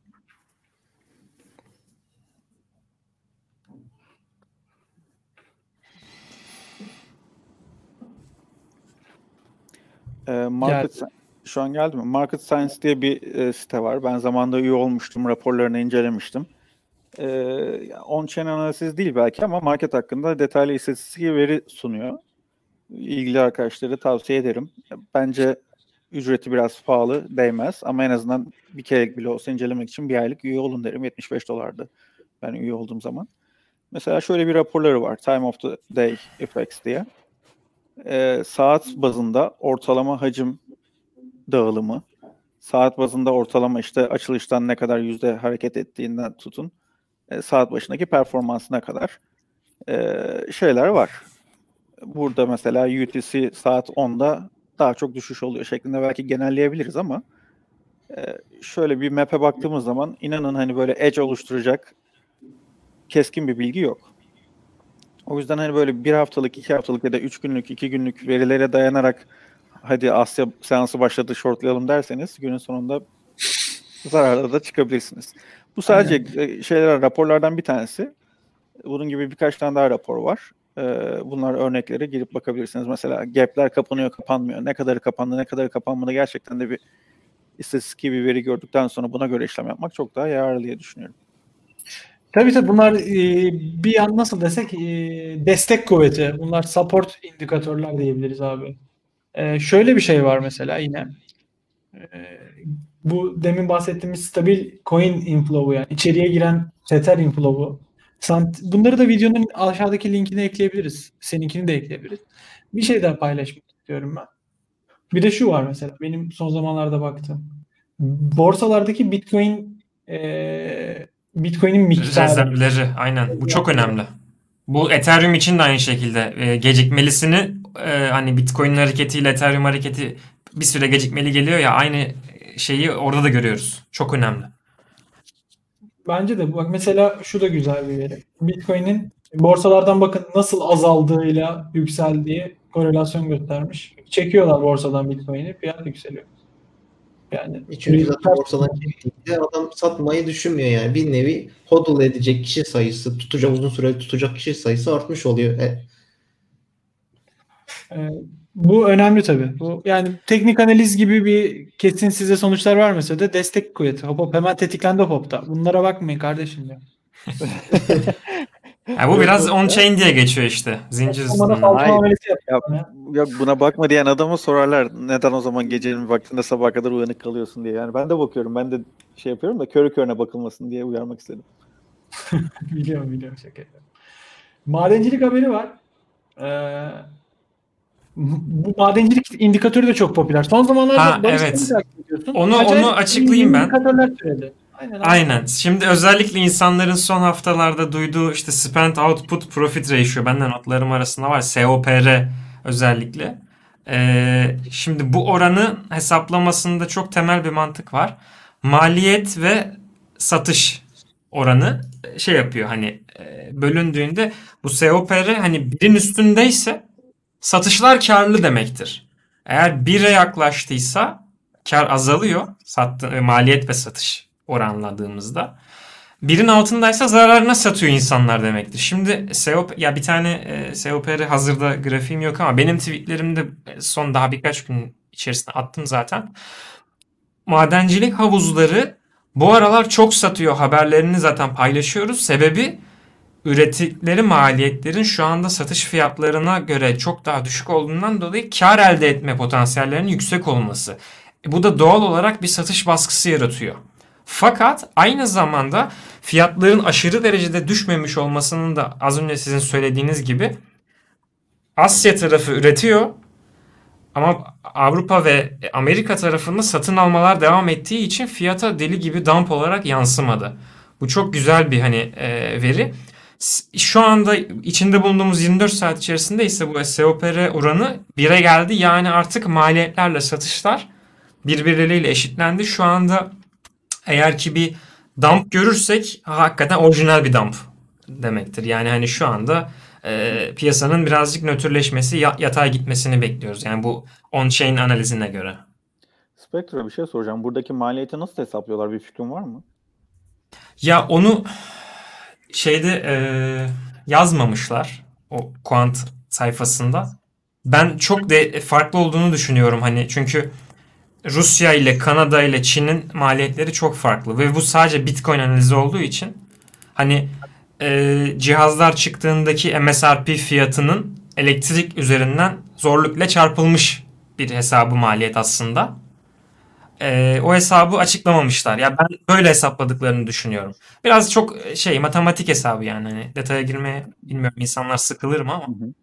Speaker 4: Ee, Market
Speaker 1: Geldi.
Speaker 4: Şu an geldi mi? Market Science diye bir e, site var. Ben zamanında üye olmuştum, raporlarını incelemiştim. Ee, on-chain analiz değil belki ama market hakkında detaylı istatistik veri sunuyor. İlgili arkadaşları tavsiye ederim. Bence ücreti biraz pahalı, değmez ama en azından bir kere bile olsa incelemek için bir aylık üye olun derim. yetmiş beş dolardı ben üye olduğum zaman. Mesela şöyle bir raporları var. Time of the Day Effects diye. Ee, saat bazında ortalama hacim dağılımı, saat bazında ortalama işte açılıştan ne kadar yüzde hareket ettiğinden tutun, e, saat başındaki performansına kadar e, şeyler var. Burada mesela U T C saat onda daha çok düşüş oluyor şeklinde belki genelleyebiliriz ama e, şöyle bir map'e baktığımız zaman inanın hani böyle edge oluşturacak keskin bir bilgi yok. O yüzden hani böyle bir haftalık, iki haftalık ya da üç günlük, iki günlük verilere dayanarak hadi Asya seansı başladı shortlayalım derseniz günün sonunda zararla da çıkabilirsiniz. Bu sadece Aynen. şeyler, raporlardan bir tanesi. Bunun gibi birkaç tane daha rapor var. Bunlar örnekleri, girip bakabilirsiniz. Mesela gap'ler kapanıyor, kapanmıyor. Ne kadarı kapandı, ne kadarı kapanmadı, gerçekten de bir istatistik bir veri gördükten sonra buna göre işlem yapmak çok daha yararlı diye düşünüyorum.
Speaker 1: Tabii tabii bunlar e, bir yan nasıl desek e, destek kuvveti. Bunlar support indikatörler diyebiliriz abi. E, şöyle bir şey var mesela yine. E, bu demin bahsettiğimiz stabil coin inflow'u, yani içeriye giren Tether inflow'u. Bunları da videonun aşağıdaki linkine ekleyebiliriz. Seninkini de ekleyebiliriz. Bir şey daha paylaşmak istiyorum ben. Bir de şu var mesela benim son zamanlarda baktığım. Borsalardaki Bitcoin e, Bitcoin'in miktarı.
Speaker 2: Rezervleri aynen. Bu çok önemli. Bu Ethereum için de aynı şekilde e, gecikmelisini e, hani Bitcoin'in hareketiyle Ethereum hareketi bir süre gecikmeli geliyor ya, aynı şeyi orada da görüyoruz. Çok önemli.
Speaker 1: Bence de bak mesela şu da güzel bir veri. Bitcoin'in borsalardan bakın nasıl azaldığıyla yükseldiği korelasyon göstermiş. Çekiyorlar borsadan Bitcoin'i, fiyat yükseliyor. Yani
Speaker 3: çünkü zaten borsadan çektiğinde adam satmayı düşünmüyor yani. Bir nevi hodl edecek kişi sayısı, tutacak uzun süre tutacak kişi sayısı artmış oluyor. E,
Speaker 1: Ee, Bu önemli tabii. Bu yani teknik analiz gibi bir kesin size sonuçlar vermese de destek kuvveti. Hop hop hemen tetiklendi hop hopta. Bunlara bakmayın kardeşim ya.
Speaker 2: Ya bu
Speaker 4: Yok,
Speaker 2: biraz
Speaker 4: yok ya.
Speaker 2: on-chain diye geçiyor işte. Zincir
Speaker 1: Bana
Speaker 2: üstünden.
Speaker 1: falso
Speaker 4: Hayır.
Speaker 1: muamelesi
Speaker 4: Ya,
Speaker 1: yapıyor ya.
Speaker 4: yok buna bakma diyen adama sorarlar. Neden o zaman gecenin vaktinde sabaha kadar uyanık kalıyorsun diye. Yani ben de bakıyorum. Ben de şey yapıyorum da körü körüne bakılmasın diye uyarmak istedim.
Speaker 1: Biliyorum biliyorum şaka yapıyorum. Madencilik haberi var. Ee, bu madencilik indikatörü de çok popüler. Son zamanlarda
Speaker 2: Ha
Speaker 1: Barış seni
Speaker 2: evet.
Speaker 1: takip ediyorsun.
Speaker 2: Onu
Speaker 1: Acayip
Speaker 2: onu açıklayayım ben.
Speaker 1: indikatörler türedi. Aynen.
Speaker 2: Aynen. Şimdi özellikle insanların son haftalarda duyduğu işte Spend Output Profit Ratio, benden notlarım arasında var. S O P R özellikle. Ee, şimdi bu oranı hesaplamasında çok temel bir mantık var. Maliyet ve satış oranı şey yapıyor, hani e, bölündüğünde bu S O P R hani birin üstündeyse satışlar karlı demektir. Eğer bire yaklaştıysa kar azalıyor. Sattı, maliyet ve satış oranladığımızda. Birin altındaysa zararına satıyor insanlar demektir. Şimdi S O P, ya bir tane e, S O P R hazırda grafiğim yok ama benim tweetlerimde son daha birkaç gün içerisinde attım zaten. Madencilik havuzları bu aralar çok satıyor haberlerini zaten paylaşıyoruz. Sebebi ürettikleri maliyetlerin şu anda satış fiyatlarına göre çok daha düşük olduğundan dolayı kar elde etme potansiyellerinin yüksek olması. E bu da doğal olarak bir satış baskısı yaratıyor. Fakat aynı zamanda fiyatların aşırı derecede düşmemiş olmasının da az önce sizin söylediğiniz gibi Asya tarafı üretiyor ama Avrupa ve Amerika tarafında satın almalar devam ettiği için fiyata deli gibi dump olarak yansımadı. Bu çok güzel bir hani e, veri. Şu anda içinde bulunduğumuz yirmi dört saat içerisinde ise bu S O P R oranı bire geldi. Yani artık maliyetlerle satışlar birbirleriyle eşitlendi. Şu anda eğer ki bir dump görürsek hakikaten orijinal bir dump demektir. Yani hani şu anda e, piyasanın birazcık nötrleşmesi, yatay gitmesini bekliyoruz. Yani bu on-chain analizine göre.
Speaker 4: Spectra bir şey soracağım. Buradaki maliyeti nasıl hesaplıyorlar? Bir fikrin var mı?
Speaker 2: Ya onu şeyde e, yazmamışlar o quant sayfasında. Ben çok de farklı olduğunu düşünüyorum hani, çünkü Rusya ile Kanada ile Çin'in maliyetleri çok farklı ve bu sadece Bitcoin analizi olduğu için hani e, cihazlar çıktığındaki M S R P fiyatının elektrik üzerinden zorlukla çarpılmış bir hesabı maliyet aslında. E, o hesabı açıklamamışlar. Ya ben böyle hesapladıklarını düşünüyorum. Biraz çok şey, matematik hesabı yani, hani detaya girmeye bilmiyorum, insanlar sıkılır mı ama.
Speaker 4: Hı hı.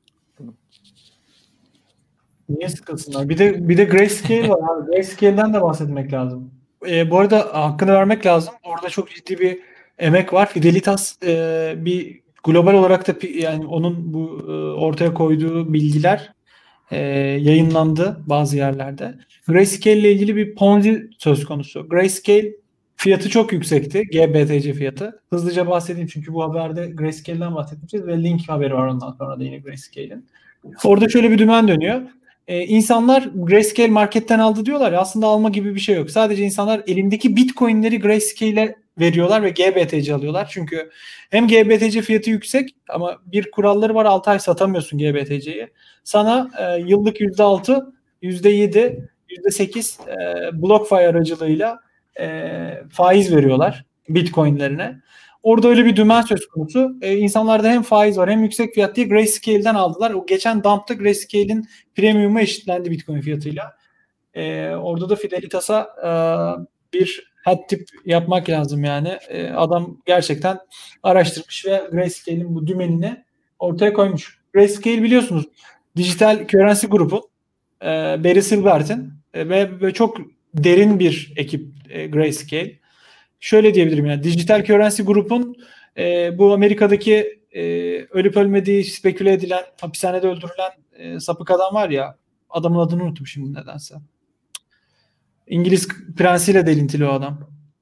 Speaker 1: Niye sıkılsınlar? Bir de bir de Grayscale var abi. Grayscale'den de bahsetmek lazım. Ee, bu arada hakkını vermek lazım. Orada çok ciddi bir emek var. Fidelitas e, bir global olarak da pi- yani onun bu e, ortaya koyduğu bilgiler e, yayınlandı bazı yerlerde. Grayscale ile ilgili bir Ponzi söz konusu. Grayscale fiyatı çok yüksekti. G B T C fiyatı. Hızlıca bahsedeyim çünkü bu haberde Grayscale'den bahsetmişiz ve link haberi var ondan sonra da yine Grayscale'in. Orada şöyle bir dümen dönüyor. Ee, insanlar Grayscale marketten aldı diyorlar ya, aslında alma gibi bir şey yok. Sadece insanlar elindeki Bitcoin'leri Grayscale'e veriyorlar ve G B T C alıyorlar. Çünkü hem G B T C fiyatı yüksek ama bir kuralları var, altı ay satamıyorsun G B T C'yi. Sana e, yıllık yüzde altı, yüzde yedi, yüzde sekiz e, BlockFi aracılığıyla e, faiz veriyorlar Bitcoin'lerine. Orada öyle bir dümen söz konusu. Ee, insanlarda hem faiz var hem yüksek fiyat diye Grayscale'den aldılar. O geçen dump'ta Grayscale'in premium'a eşitlendi Bitcoin fiyatıyla. Ee, orada da Fidelitas'a e, bir hat tip yapmak lazım yani. Ee, adam gerçekten araştırmış ve Grayscale'in bu dümenini ortaya koymuş. Grayscale biliyorsunuz dijital currency grubu, e, Barry Silbert'in e, ve, ve çok derin bir ekip e, Grayscale. Şöyle diyebilirim yani, dijital currency grubun e, bu Amerika'daki e, ölüp ölmediği speküle edilen, hapishanede öldürülen e, sapık adam var ya, adamın adını unuttum şimdi nedense. İngiliz prensiyle delintili o adam.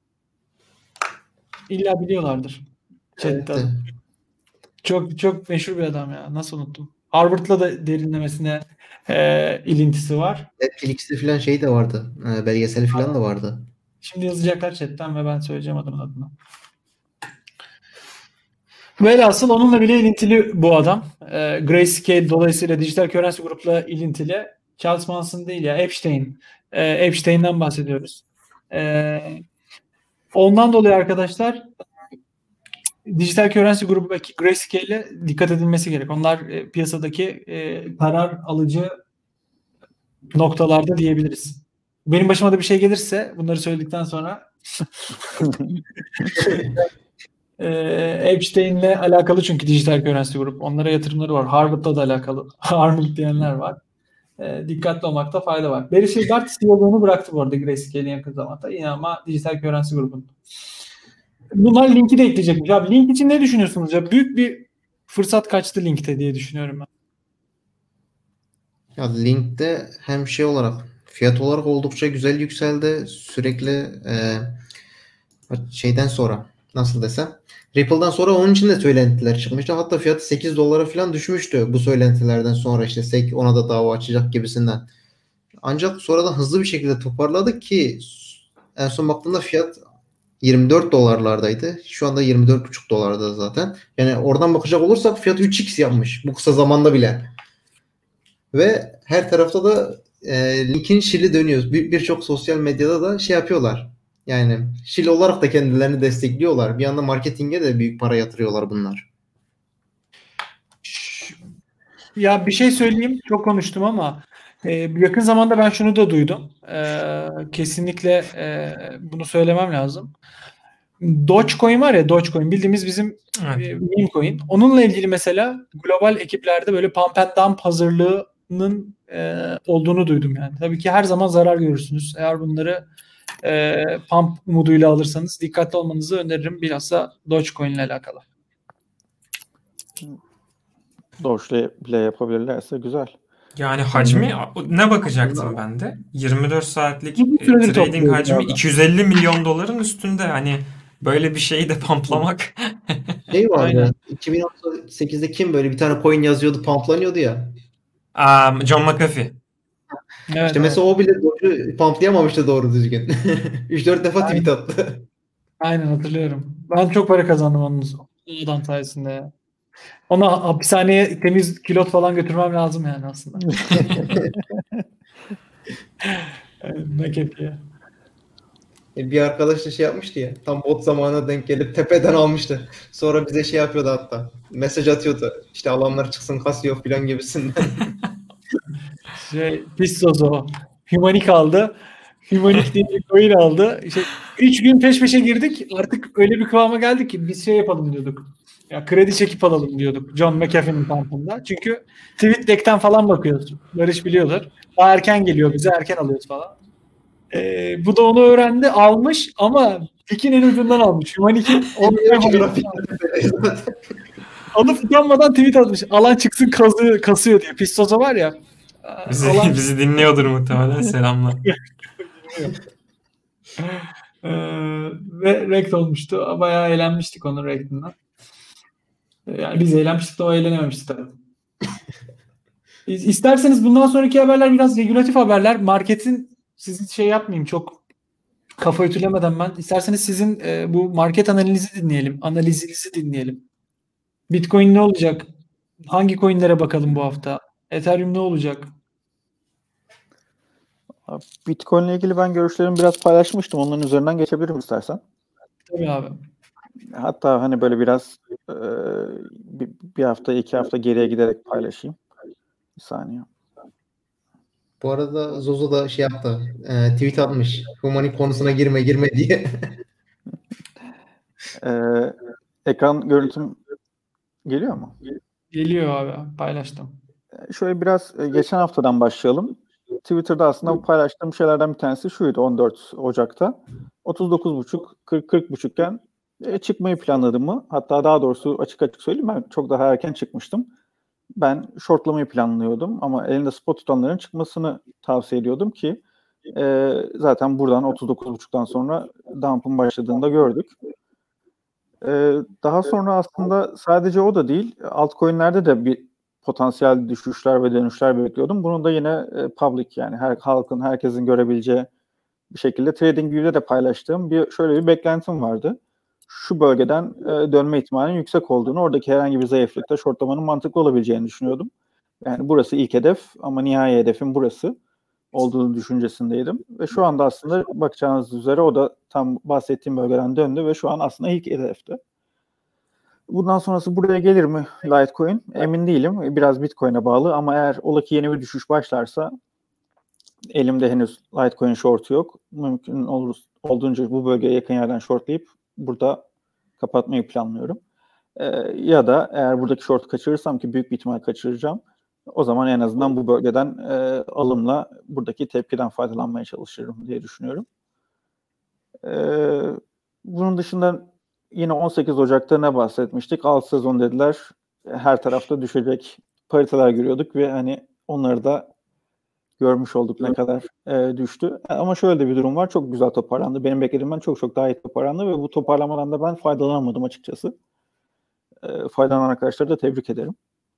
Speaker 1: İlla biliyorlardır.
Speaker 3: Evet.
Speaker 1: Chatte. Çok çok meşhur bir adam ya. Nasıl unuttum? Harvard'la da derinlemesine e, ilintisi var.
Speaker 3: Netflix'te falan şey de vardı. E, belgeseli falan da vardı.
Speaker 1: Şimdi yazacaklar chatten ve ben söyleyeceğim adamın adını. Velhasıl onunla bile ilintili bu adam. E, Grayscale dolayısıyla Digital Currency Group'la ilintili. Charles Manson değil ya, Epstein. E, Epstein'den bahsediyoruz. E, ondan dolayı arkadaşlar Digital Currency Group'daki Grayscale'e dikkat edilmesi gerek. Onlar e, piyasadaki e, karar alıcı noktalarda diyebiliriz. Benim başıma da bir şey gelirse bunları söyledikten sonra e, Epstein'le alakalı çünkü Digital Currency Group. Onlara yatırımları var. Harvard'da da alakalı. Arnold diyenler var. E, dikkatli olmakta fayda var. Barry Silbert C E O'luğunu bıraktı bu arada Grayscale'in yakın zamanda. Yine ama Digital Currency Group'un. Bunlar linki de ekleyecekmiş. Abi link için ne düşünüyorsunuz ya? Büyük bir fırsat kaçtı linkte diye düşünüyorum ben.
Speaker 3: Ya Link'te hem şey olarak fiyat olarak oldukça güzel yükseldi. Sürekli e, şeyden sonra nasıl desem Ripple'dan sonra onun için de söylentiler çıkmıştı. Hatta fiyatı sekiz dolara falan düşmüştü bu söylentilerden sonra işte S E C ona da dava açacak gibisinden. Ancak sonradan hızlı bir şekilde toparladı ki en son baktığımda fiyat yirmi dört dolarlardaydı. Şu anda yirmi dört buçuk dolarda zaten. Yani oradan bakacak olursak fiyatı üç x yapmış bu kısa zamanda bile. Ve her tarafta da e, linkin şili dönüyor. Bir- Birçok sosyal medyada da şey yapıyorlar. Yani şil olarak da kendilerini destekliyorlar. Bir anda marketinge de büyük para yatırıyorlar bunlar.
Speaker 1: Ya bir şey söyleyeyim. Çok konuştum ama e, yakın zamanda ben şunu da duydum. E, kesinlikle e, bunu söylemem lazım. Dogecoin var ya, Dogecoin bildiğimiz bizim
Speaker 2: Evet.
Speaker 1: e, meme coin. Onunla ilgili mesela global ekiplerde böyle pump and dump hazırlığının e, olduğunu duydum yani. Tabii ki her zaman zarar görürsünüz. Eğer bunları e, pump umuduyla alırsanız dikkatli olmanızı öneririm. Bilhassa Dogecoin ile alakalı.
Speaker 4: Doge'le bile yapabilirlerse güzel.
Speaker 2: Yani hacmi ne bakacaktım ben de? yirmi dört saatlik
Speaker 1: Bir
Speaker 2: e,
Speaker 1: süredir
Speaker 2: trading
Speaker 1: topluyorum
Speaker 2: hacmi
Speaker 1: abi.
Speaker 2: iki yüz elli milyon doların üstünde. Hani böyle bir şeyi de pamplamak.
Speaker 3: Şey vardı.
Speaker 1: Aynen.
Speaker 3: iki bin on sekizde kim böyle bir tane coin yazıyordu, pamplanıyordu ya.
Speaker 2: Aa, John McAfee.
Speaker 1: Evet,
Speaker 3: İşte
Speaker 1: evet.
Speaker 3: mesela o bile Doge'u pamplayamamıştı doğru düzgün. üç dört defa tweet attı.
Speaker 1: Aynen hatırlıyorum. Ben çok para kazandım onun o adam sayesinde ya. Ona hapishaneye temiz kilot falan götürmem lazım yani aslında. Evet, McAfee'ye.
Speaker 3: E, Bir arkadaş da şey yapmıştı ya. Tam bot zamanına denk gelip tepeden almıştı. Sonra bize şey yapıyordu hatta. Mesaj atıyordu. İşte alanlar çıksın kasıyor filan gibisinden.
Speaker 1: Şey, Pistos o. Humanik aldı. Humanik diye bir coin aldı. İşte üç gün peş peşe girdik. Artık öyle bir kıvama geldik ki biz şey yapalım diyorduk. Ya kredi çekip alalım diyorduk John McAfee'nin kampında. Çünkü TweetDeck'ten falan bakıyoruz. Barış biliyordur. Daha erken geliyor bize, erken alıyoruz falan. Ee, bu da onu öğrendi, almış ama pikin en ucundan almış. Humanik'in alıp utanmadan tweet atmış. Alan çıksın kazıyor, kasıyor diye. Pistoza var ya.
Speaker 2: Bizi,
Speaker 1: Alan
Speaker 2: bizi dinliyordur muhtemelen. Selamlar.
Speaker 1: Ee, ve rekt olmuştu. Bayağı eğlenmiştik onun rektinden. Yani biz eğlenmiştik de o eğlenememişti tabii. İsterseniz bundan sonraki haberler biraz regülatif haberler. Marketin sizi şey yapmayayım çok kafa ütülemeden ben. İsterseniz sizin e, bu market analizi dinleyelim. Analizinizi dinleyelim. Bitcoin ne olacak? Hangi coinlere bakalım bu hafta? Ethereum ne olacak?
Speaker 4: Bitcoin ile ilgili ben görüşlerimi biraz paylaşmıştım. Onların üzerinden geçebilirim istersen.
Speaker 1: Tabii abi.
Speaker 4: Hatta hani böyle biraz e, bir, bir hafta iki hafta geriye giderek paylaşayım. Bir saniye.
Speaker 3: Bu arada Zozo da şey yaptı. E, tweet atmış. Humanik konusuna girme girme diye.
Speaker 4: E, ekran görüntüm geliyor mu?
Speaker 1: Geliyor abi. Paylaştım.
Speaker 4: Şöyle biraz e, geçen haftadan başlayalım. Twitter'da aslında paylaştığım şeylerden bir tanesi şuydu on dört Ocak'ta. otuz dokuz buçuk kırk kırk buçukken e, çıkmayı planladığımı, hatta daha doğrusu açık açık söyleyeyim ben çok daha erken çıkmıştım. Ben shortlamayı planlıyordum ama elinde spot tutanların çıkmasını tavsiye ediyordum ki e, zaten buradan otuz dokuz buçuktan sonra dump'ın başladığını da gördük. E, daha sonra aslında sadece o da değil, altcoin'lerde de bir potansiyel düşüşler ve dönüşler bekliyordum. Bunu da yine e, public yani her halkın, herkesin görebileceği bir şekilde TradingView'de de paylaştığım bir şöyle bir beklentim vardı. şu bölgeden e, dönme ihtimalinin yüksek olduğunu, oradaki herhangi bir zayıflıkta shortlamanın mantıklı olabileceğini düşünüyordum. Yani burası ilk hedef ama nihai hedefim burası olduğunu düşüncesindeydim. Ve şu anda aslında bakacağınız üzere o da tam bahsettiğim bölgeden döndü ve şu an aslında ilk hedefte. Bundan sonrası buraya gelir mi Litecoin? Emin değilim. Biraz Bitcoin'e bağlı ama eğer ola ki yeni bir düşüş başlarsa, elimde henüz Litecoin short'u yok. Mümkün olur, olduğunca bu bölgeye yakın yerden shortlayıp burada kapatmayı planlıyorum. Ee, ya da eğer buradaki short'u kaçırırsam, ki büyük bir ihtimal kaçıracağım, o zaman en azından bu bölgeden e, alımla buradaki tepkiden faydalanmaya çalışırım diye düşünüyorum. Ee, bunun dışında yine on sekiz Ocak'ta ne bahsetmiştik? Alt sezon dediler. Her tarafta düşecek pariteler görüyorduk ve hani onları da görmüş olduk ne kadar e, düştü. Ama şöyle de bir durum var. Çok güzel toparlandı. Benim beklediğimden çok çok daha iyi toparlandı ve bu toparlamadan da ben faydalanamadım açıkçası. E, faydalanan arkadaşları da tebrik ederim.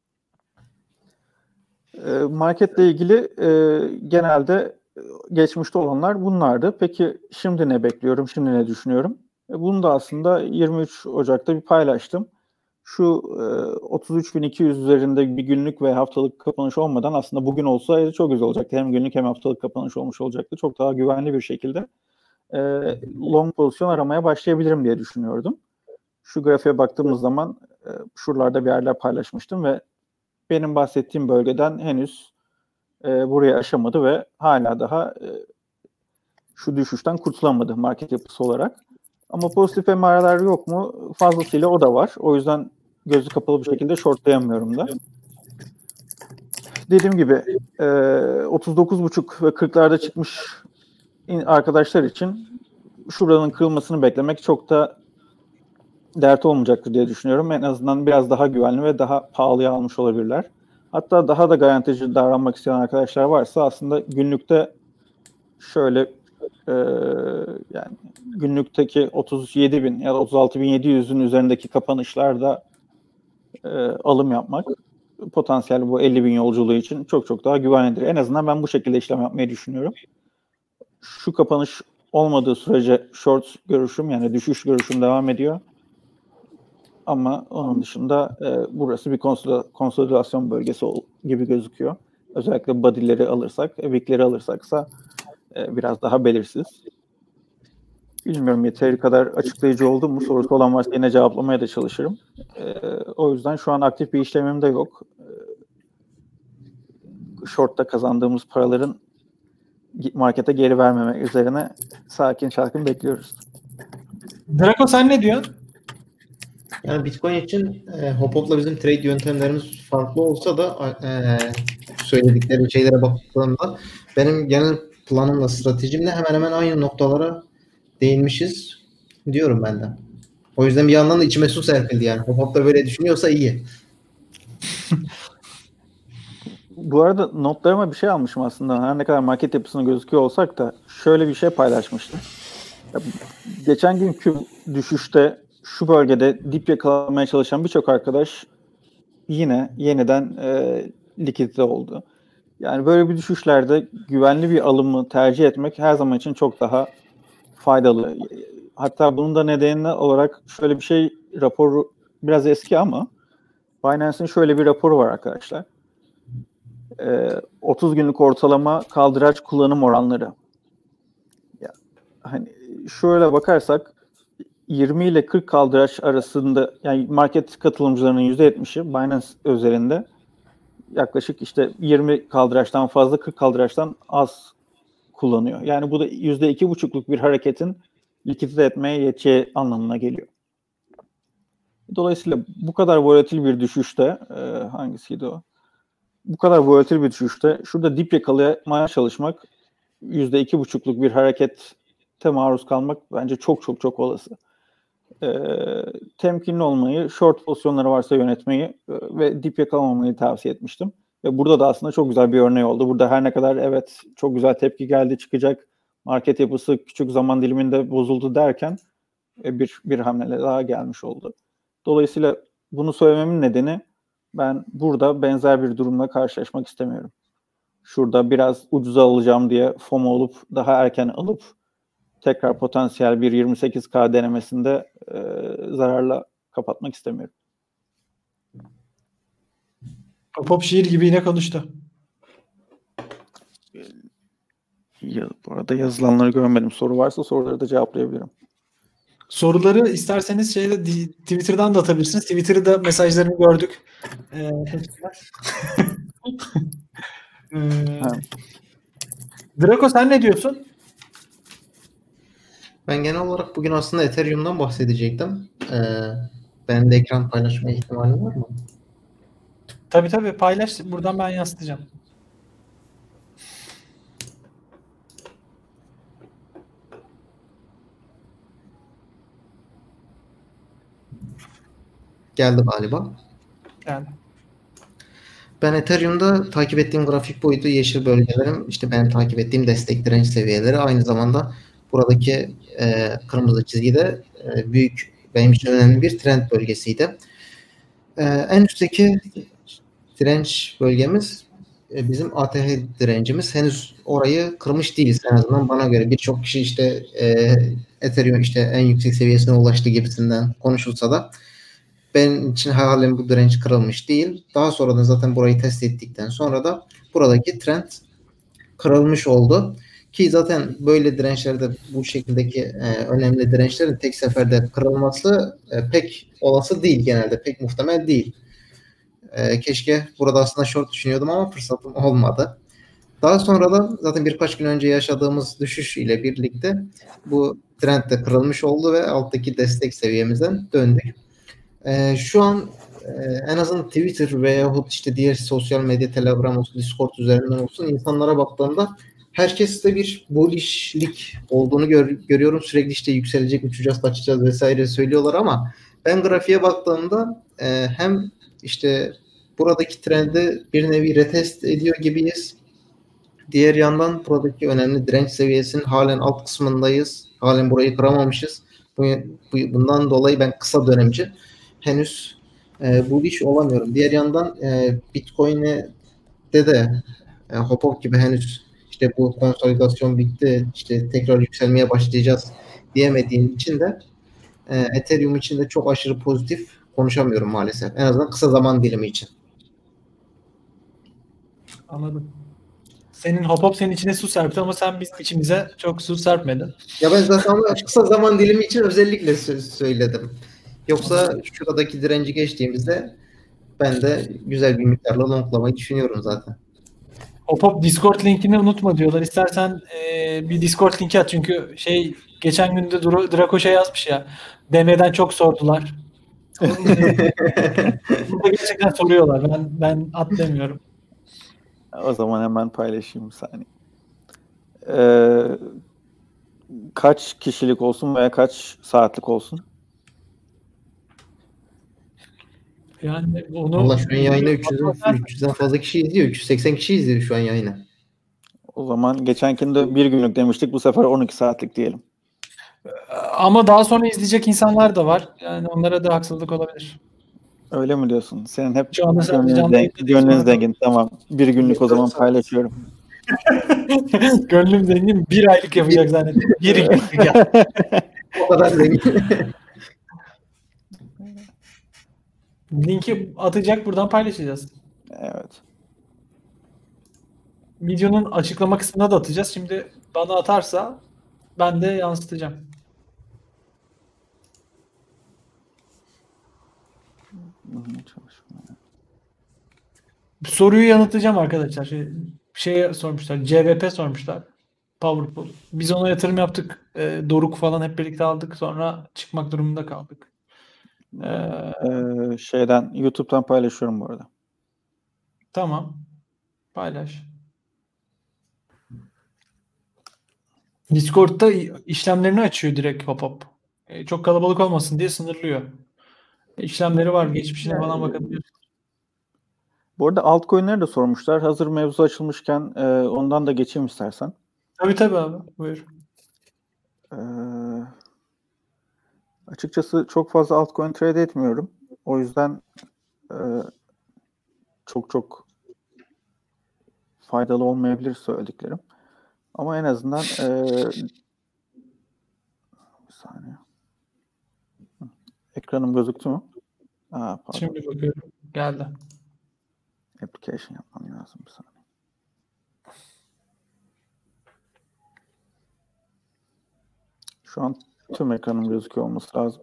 Speaker 4: E, marketle ilgili e, genelde geçmişte olanlar bunlardı. Peki şimdi ne bekliyorum? Şimdi ne düşünüyorum? E, bunu da aslında yirmi üç Ocak'ta bir paylaştım. Şu e, otuz üç bin iki yüz üzerinde bir günlük ve haftalık kapanış olmadan aslında bugün olsaydı çok güzel olacaktı. Hem günlük hem haftalık kapanış olmuş olacaktı. Çok daha güvenli bir şekilde e, long pozisyon aramaya başlayabilirim diye düşünüyordum. Şu grafiğe baktığımız zaman e, şuralarda bir yerler paylaşmıştım ve benim bahsettiğim bölgeden henüz e, buraya aşamadı ve hala daha e, şu düşüşten kurtulamadı market yapısı olarak. Ama pozitif emareler yok mu? Fazlasıyla o da var. O yüzden gözü kapalı bir şekilde shortlayamıyorum da. Dediğim gibi e, otuz dokuz buçuk ve kırklarda çıkmış arkadaşlar için şuranın kırılmasını beklemek çok da dert olmayacaktır diye düşünüyorum. En azından biraz daha güvenli ve daha pahalıya almış olabilirler. Hatta daha da garantici davranmak isteyen arkadaşlar varsa aslında günlükte şöyle e, yani günlükteki otuz yedi bin ya da otuz altı bin yedi yüzün üzerindeki kapanışlarda e, alım yapmak potansiyel bu elli bin yolculuğu için çok çok daha güvenlidir. En azından ben bu şekilde işlem yapmayı düşünüyorum. Şu kapanış olmadığı sürece short görüşüm, yani düşüş görüşüm devam ediyor. Ama onun dışında e, burası bir konsolidasyon bölgesi gibi gözüküyor. Özellikle body'leri alırsak, wick'leri alırsaksa e, biraz daha belirsiz. Bilmiyorum yeteri kadar açıklayıcı oldu mu? Sorusu olan varsa yine cevaplamaya da çalışırım. E, o yüzden şu an aktif bir işlemim de yok. E, short'ta kazandığımız paraların markete geri vermemek üzerine sakin sakin bekliyoruz.
Speaker 1: Draco sen ne diyorsun?
Speaker 3: Yani Bitcoin için e, Hopop'la bizim trade yöntemlerimiz farklı olsa da e, söyledikleri şeylere baktığımda benim genel planımla stratejimle hemen hemen aynı noktalara değinmişiz diyorum ben de. O yüzden bir yandan da içime su serpildi yani. Hopop da böyle düşünüyorsa iyi.
Speaker 4: Bu arada notlarıma bir şey almışım aslında. Her ne kadar market yapısını gözüküyor olsak da şöyle bir şey paylaşmıştım. Geçen günkü düşüşte şu bölgede dip yakalamaya çalışan birçok arkadaş yine yeniden e, likidite oldu. Yani böyle bir düşüşlerde güvenli bir alımı tercih etmek her zaman için çok daha faydalı. Hatta bunun da nedeni olarak şöyle bir şey, raporu biraz eski ama Binance'in şöyle bir raporu var arkadaşlar. E, otuz günlük ortalama kaldıraç kullanım oranları. Ya, hani şöyle bakarsak yirmi ile kırk kaldıraç arasında, yani market katılımcılarının yüzde yetmişi Binance özelinde yaklaşık işte yirmi kaldıraçtan fazla, kırk kaldıraçtan az kullanıyor. Yani bu da yüzde iki buçukluk bir hareketin likidite etmeye yeteceği anlamına geliyor. Dolayısıyla bu kadar volatil bir düşüşte e, hangisiydi o? Bu kadar volatil bir düşüşte şurada dip yakalamaya çalışmak, yüzde iki buçukluk bir harekete maruz kalmak bence çok çok çok olası. E, temkinli olmayı, short pozisyonları varsa yönetmeyi e, ve dip yakalamamayı tavsiye etmiştim. Ve burada da aslında çok güzel bir örneği oldu. Burada her ne kadar evet çok güzel tepki geldi, çıkacak, market yapısı küçük zaman diliminde bozuldu derken e, bir bir hamleyle daha gelmiş oldu. Dolayısıyla bunu söylememin nedeni, ben burada benzer bir durumla karşılaşmak istemiyorum. Şurada biraz ucuza alacağım diye FOMO olup daha erken alıp tekrar potansiyel bir yirmi sekiz K denemesinde e, zararla kapatmak istemiyorum.
Speaker 1: Pop şiir gibi yine konuştu.
Speaker 4: Ya, bu arada yazılanları görmedim. Soru varsa soruları da cevaplayabilirim.
Speaker 1: Soruları isterseniz şeyde di- Twitter'dan da atabilirsiniz. Twitter'da mesajlarını gördük. Ee, ee,
Speaker 4: Ha.
Speaker 1: Draco sen ne diyorsun?
Speaker 3: Ben genel olarak bugün aslında Ethereum'dan bahsedecektim. Ee, benim de ekran paylaşma ihtimalim var mı?
Speaker 1: Tabii tabii paylaş. Buradan ben yansıtacağım.
Speaker 3: Geldi galiba.
Speaker 1: Yani.
Speaker 3: Ben Ethereum'da takip ettiğim grafik buydu. Yeşil bölgelerim işte benim takip ettiğim destek direnç seviyeleri. Aynı zamanda buradaki e, kırmızı çizgi de e, büyük benim için önemli bir trend bölgesiydi. E, en üstteki direnç bölgemiz e, bizim A T H direncimiz. Henüz orayı kırmış değiliz en azından bana göre. Birçok kişi işte e, Ethereum işte en yüksek seviyesine ulaştı gibisinden konuşulsa da benim için halen bu direnç kırılmış değil. Daha sonra da zaten burayı test ettikten sonra da buradaki trend kırılmış oldu. Ki zaten böyle dirençlerde bu şekildeki e, önemli dirençlerin tek seferde kırılması e, pek olası değil genelde. Pek muhtemel değil. E, keşke burada aslında short düşünüyordum ama fırsatım olmadı. Daha sonra da zaten birkaç gün önce yaşadığımız düşüş ile birlikte bu trend de kırılmış oldu ve alttaki destek seviyemizden döndük. Ee, şu an e, en azından Twitter veyahut işte diğer sosyal medya, Telegram olsun, Discord üzerinden olsun insanlara baktığımda herkeste bir bullishlik olduğunu gör, görüyorum. Sürekli işte yükselecek, uçacağız, kaçacağız vesaire söylüyorlar ama ben grafiğe baktığımda e, hem işte buradaki trendi bir nevi retest ediyor gibiyiz. Diğer yandan buradaki önemli direnç seviyesinin halen alt kısmındayız. Halen burayı kıramamışız. Bu, bu, bundan dolayı ben kısa dönemci henüz e, bu iş olamıyorum. Diğer yandan e, Bitcoin'e de de e, hop hop gibi henüz işte bu konsolidasyon bitti, işte tekrar yükselmeye başlayacağız diyemediğim için de e, Ethereum için de çok aşırı pozitif konuşamıyorum maalesef. En azından kısa zaman dilimi için.
Speaker 1: Anladım. Senin hop hop senin içine su serpti ama sen bizim içimize çok su serpmedin.
Speaker 3: Ya ben zaten ama kısa zaman dilimi için özellikle sö- söyledim. Yoksa şuradaki direnci geçtiğimizde ben de güzel bir miktarla longlamayı düşünüyorum zaten.
Speaker 1: Hop hop Discord linkini unutma diyorlar. İstersen e, bir Discord linki at çünkü şey geçen günde Dro- Draco şey yazmış ya. D M'den çok sordular. Burada gerçekten soruyorlar. Ben ben at demiyorum.
Speaker 4: O zaman hemen paylaşayım bir saniye. Ee, kaç kişilik olsun veya kaç saatlik olsun?
Speaker 1: Yani onu
Speaker 3: Valla şu an yayını üç yüzden, üç yüzden fazla kişi izliyor. üç yüz seksen kişi izliyor şu an yayını.
Speaker 4: O zaman geçenkinde bir günlük demiştik. Bu sefer on iki saatlik diyelim.
Speaker 1: ama daha sonra izleyecek insanlar da var. Yani onlara da haksızlık olabilir.
Speaker 4: Öyle mi diyorsun? Senin hep
Speaker 1: Şu anda sadece
Speaker 4: gönlün,
Speaker 1: canlı
Speaker 4: zen-
Speaker 1: yayında
Speaker 4: gönlün
Speaker 1: değiliz.
Speaker 4: zengin. Tamam. Bir günlük o zaman paylaşıyorum.
Speaker 1: Gönlüm zengin bir aylık yapacak zannediyorum. Bir günlük ya.
Speaker 3: O kadar zengin.
Speaker 1: Linki atacak buradan paylaşacağız.
Speaker 4: Evet.
Speaker 1: Videonun açıklama kısmına da atacağız. Şimdi bana atarsa ben de yansıtacağım. Soruyu yanıtlayacağım arkadaşlar. Şey, şey sormuşlar. C V P sormuşlar. Powerpool. Biz ona yatırım yaptık. E, Doruk falan hep birlikte aldık. Sonra çıkmak durumunda kaldık. E,
Speaker 4: Ee, şeyden YouTube'dan paylaşıyorum bu arada.
Speaker 1: tamam. Paylaş. Discord'da işlemlerini açıyor direkt hop hop. E, çok kalabalık olmasın diye sınırlıyor. İşlemleri var. Geçmişine falan bakabiliyorsun.
Speaker 4: Bu arada altcoin'leri de sormuşlar. Hazır mevzu açılmışken e, ondan da geçeyim istersen.
Speaker 1: Tabii tabii abi. Buyur.
Speaker 4: Ee, açıkçası çok fazla altcoin trade etmiyorum. O yüzden e, çok çok faydalı olmayabilir söylediklerim. Ama en azından e, saniye. Ekranım gözüktü mü? Aa, pardon.
Speaker 1: Şimdi bakıyorum. Geldi.
Speaker 4: Application yapmam lazım bir saniye. Şu an tüm ekranım gözüküyor olması lazım.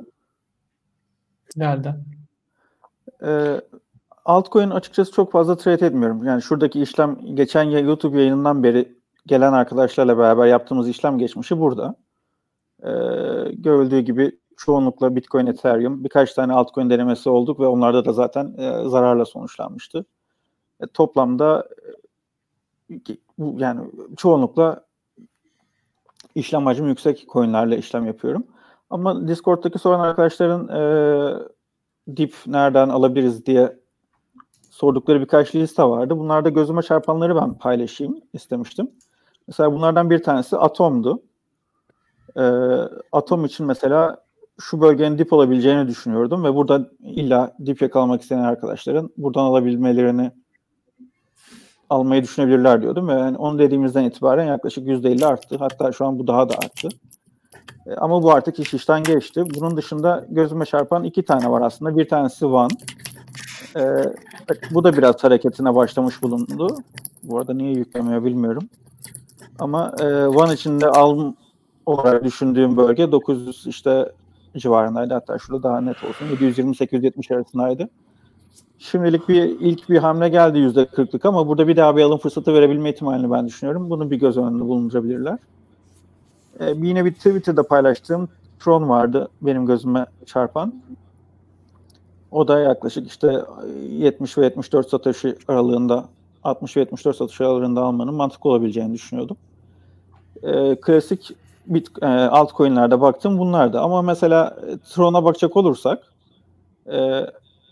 Speaker 1: Geldi.
Speaker 4: Ee, altcoin açıkçası çok fazla trade etmiyorum. Yani şuradaki işlem geçen ya YouTube yayınından beri gelen arkadaşlarla beraber yaptığımız işlem geçmişi burada. Ee, görüldüğü gibi çoğunlukla Bitcoin, Ethereum, birkaç tane altcoin denemesi olduk ve onlarda da zaten e, zararla sonuçlanmıştı. E, toplamda e, yani çoğunlukla işlem hacmi yüksek coinlerle işlem yapıyorum. Ama Discord'daki soran arkadaşların e, dip nereden alabiliriz diye sordukları birkaç liste vardı. Bunlarda gözüme çarpanları ben paylaşayım istemiştim. Mesela bunlardan bir tanesi Atom'du. E, Atom için mesela şu bölgenin dip olabileceğini düşünüyordum ve burada illa dip yakalamak isteyen arkadaşların buradan alabilmelerini almayı düşünebilirler diyordum ve yani onu dediğimizden itibaren yaklaşık yüzde elli arttı. Hatta şu an bu daha da arttı. E, ama bu artık iş işten geçti. Bunun dışında gözüme çarpan iki tane var aslında. Bir tanesi One. E, bu da biraz hareketine başlamış bulundu. Bu arada niye yüklemiyor bilmiyorum. Ama e, One içinde al olarak düşündüğüm bölge dokuz yüz işte civarındaydı. Hatta şurada daha net olsun. yedi yüz yirmi sekiz yüz yetmiş arasındaydı. Şimdilik bir ilk bir hamle geldi yüzde kırklık ama burada bir daha bir alım fırsatı verebilme ihtimalini ben düşünüyorum. Bunu bir göz önünde bulundurabilirler. Ee, yine bir Twitter'da paylaştığım Tron vardı benim gözüme çarpan. O da yaklaşık işte yetmiş ve yetmiş dört Satoshi aralığında, altmış ve yetmiş dört Satoshi aralığında almanın mantıklı olabileceğini düşünüyordum. Ee, klasik bit, e, altcoin'lerde baktım bunlardı. Ama mesela Tron'a bakacak olursak e,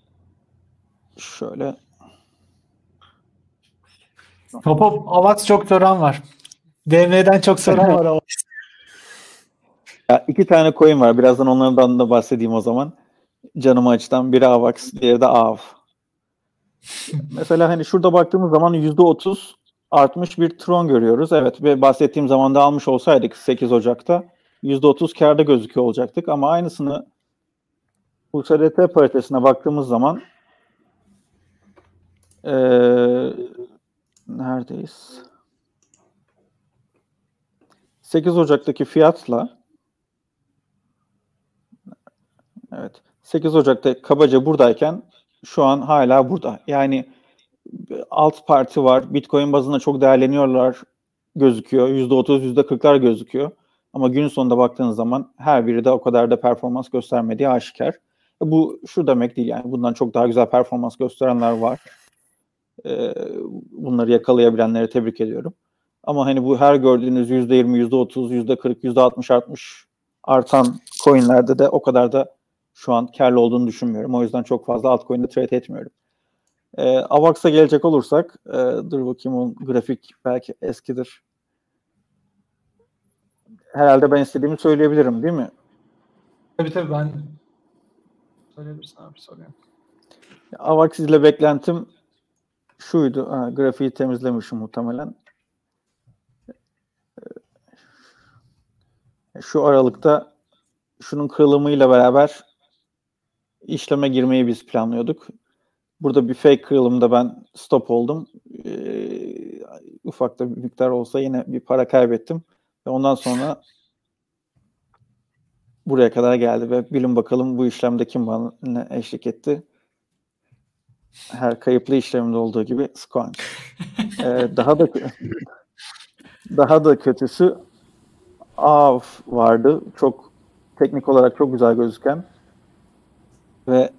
Speaker 4: şöyle
Speaker 1: Hop hop Avax çok soran var. D M'den çok soran var. Avax.
Speaker 4: ya iki tane coin var. Birazdan onlardan da bahsedeyim o zaman. Canımı açtan biri Avax, diğeri de A V. Mesela hani şurada baktığımız zaman yüzde otuz artmış bir Tron görüyoruz. Evet ve bahsettiğim zamanda almış olsaydık sekiz Ocak'ta yüzde otuz kârda gözüküyor olacaktık. Ama aynısını U S D T paritesine baktığımız zaman ee, neredeyiz? sekiz Ocak'taki fiyatla evet sekiz Ocak'ta kabaca buradayken şu an hala burada. Yani alt parti var. Bitcoin bazında çok değerleniyorlar gözüküyor. yüzde otuz, yüzde kırklar gözüküyor. Ama gün sonunda baktığınız zaman her biri de o kadar da performans göstermediği aşikar. Bu şu demek değil yani. Bundan çok daha güzel performans gösterenler var. Bunları yakalayabilenleri tebrik ediyorum. Ama hani bu her gördüğünüz yüzde yirmi, yüzde otuz, yüzde kırk, yüzde altmış artmış artan coinlerde de o kadar da şu an karlı olduğunu düşünmüyorum. O yüzden çok fazla altcoin'de trade etmiyorum. E, Avax'a gelecek olursak e, dur bakayım o grafik belki eskidir. Herhalde ben istediğimi söyleyebilirim değil mi?
Speaker 1: Tabii tabii ben söyleyebilirsin abi soruyorum.
Speaker 4: Avax ile beklentim şuydu. Ha, grafiği temizlemişim muhtemelen. Şu aralıkta şunun kırılımıyla beraber işleme girmeyi biz planlıyorduk. Burada bir fake kırılımda ben stop oldum. Ee, ufak da bir miktar olsa yine bir para kaybettim. Ve ondan sonra buraya kadar geldi ve bilin bakalım bu işlemde kim bana eşlik etti. Her kayıplı işlemde olduğu gibi Squanch. Ee, daha da daha da kötüsü A V vardı. Çok teknik olarak çok güzel gözüken ve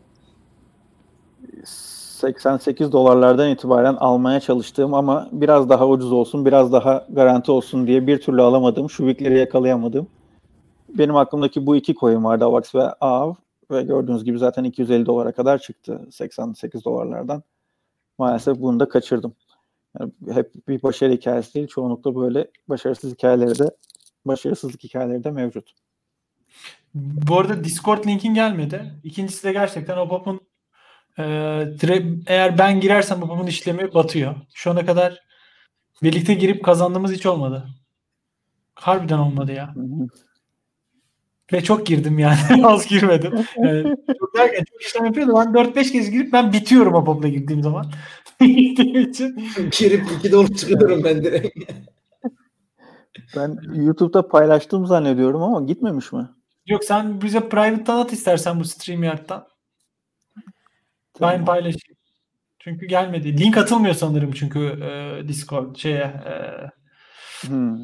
Speaker 4: seksen sekiz dolarlardan itibaren almaya çalıştığım ama biraz daha ucuz olsun, biraz daha garanti olsun diye bir türlü alamadığım, şu wickleri yakalayamadığım. Benim aklımdaki bu iki coin vardı, Avax ve A V ve gördüğünüz gibi zaten iki yüz elli dolara kadar çıktı seksen sekiz dolarlardan. Maalesef bunu da kaçırdım. Yani hep bir başarı hikayesi değil, çoğunlukla böyle başarısız hikayeleri de başarısızlık hikayeleri de mevcut.
Speaker 1: Bu arada Discord linkin gelmedi. İkincisi de gerçekten Hopop'un e, eğer ben girersem Hopop'un işlemi batıyor. Şu ana kadar birlikte girip kazandığımız hiç olmadı. Harbiden olmadı ya.
Speaker 4: Hı hı.
Speaker 1: Ve çok girdim yani. Az girmedim. Yani çok derken çok işlem yapıyordu. Ben dört beş kez girip ben bitiyorum o popla girdiğim zaman. Gittiğim için.
Speaker 3: Girip iki dolu çıkıyorum ben direkt.
Speaker 4: Ben YouTube'da paylaştım zannediyorum ama gitmemiş mi?
Speaker 1: Yok sen bize private'tan at istersen bu StreamYard'dan.
Speaker 4: Tamam.
Speaker 1: Ben paylaşayım. Çünkü gelmedi. Link atılmıyor sanırım çünkü e, Discord şeye. E,
Speaker 4: Hmm,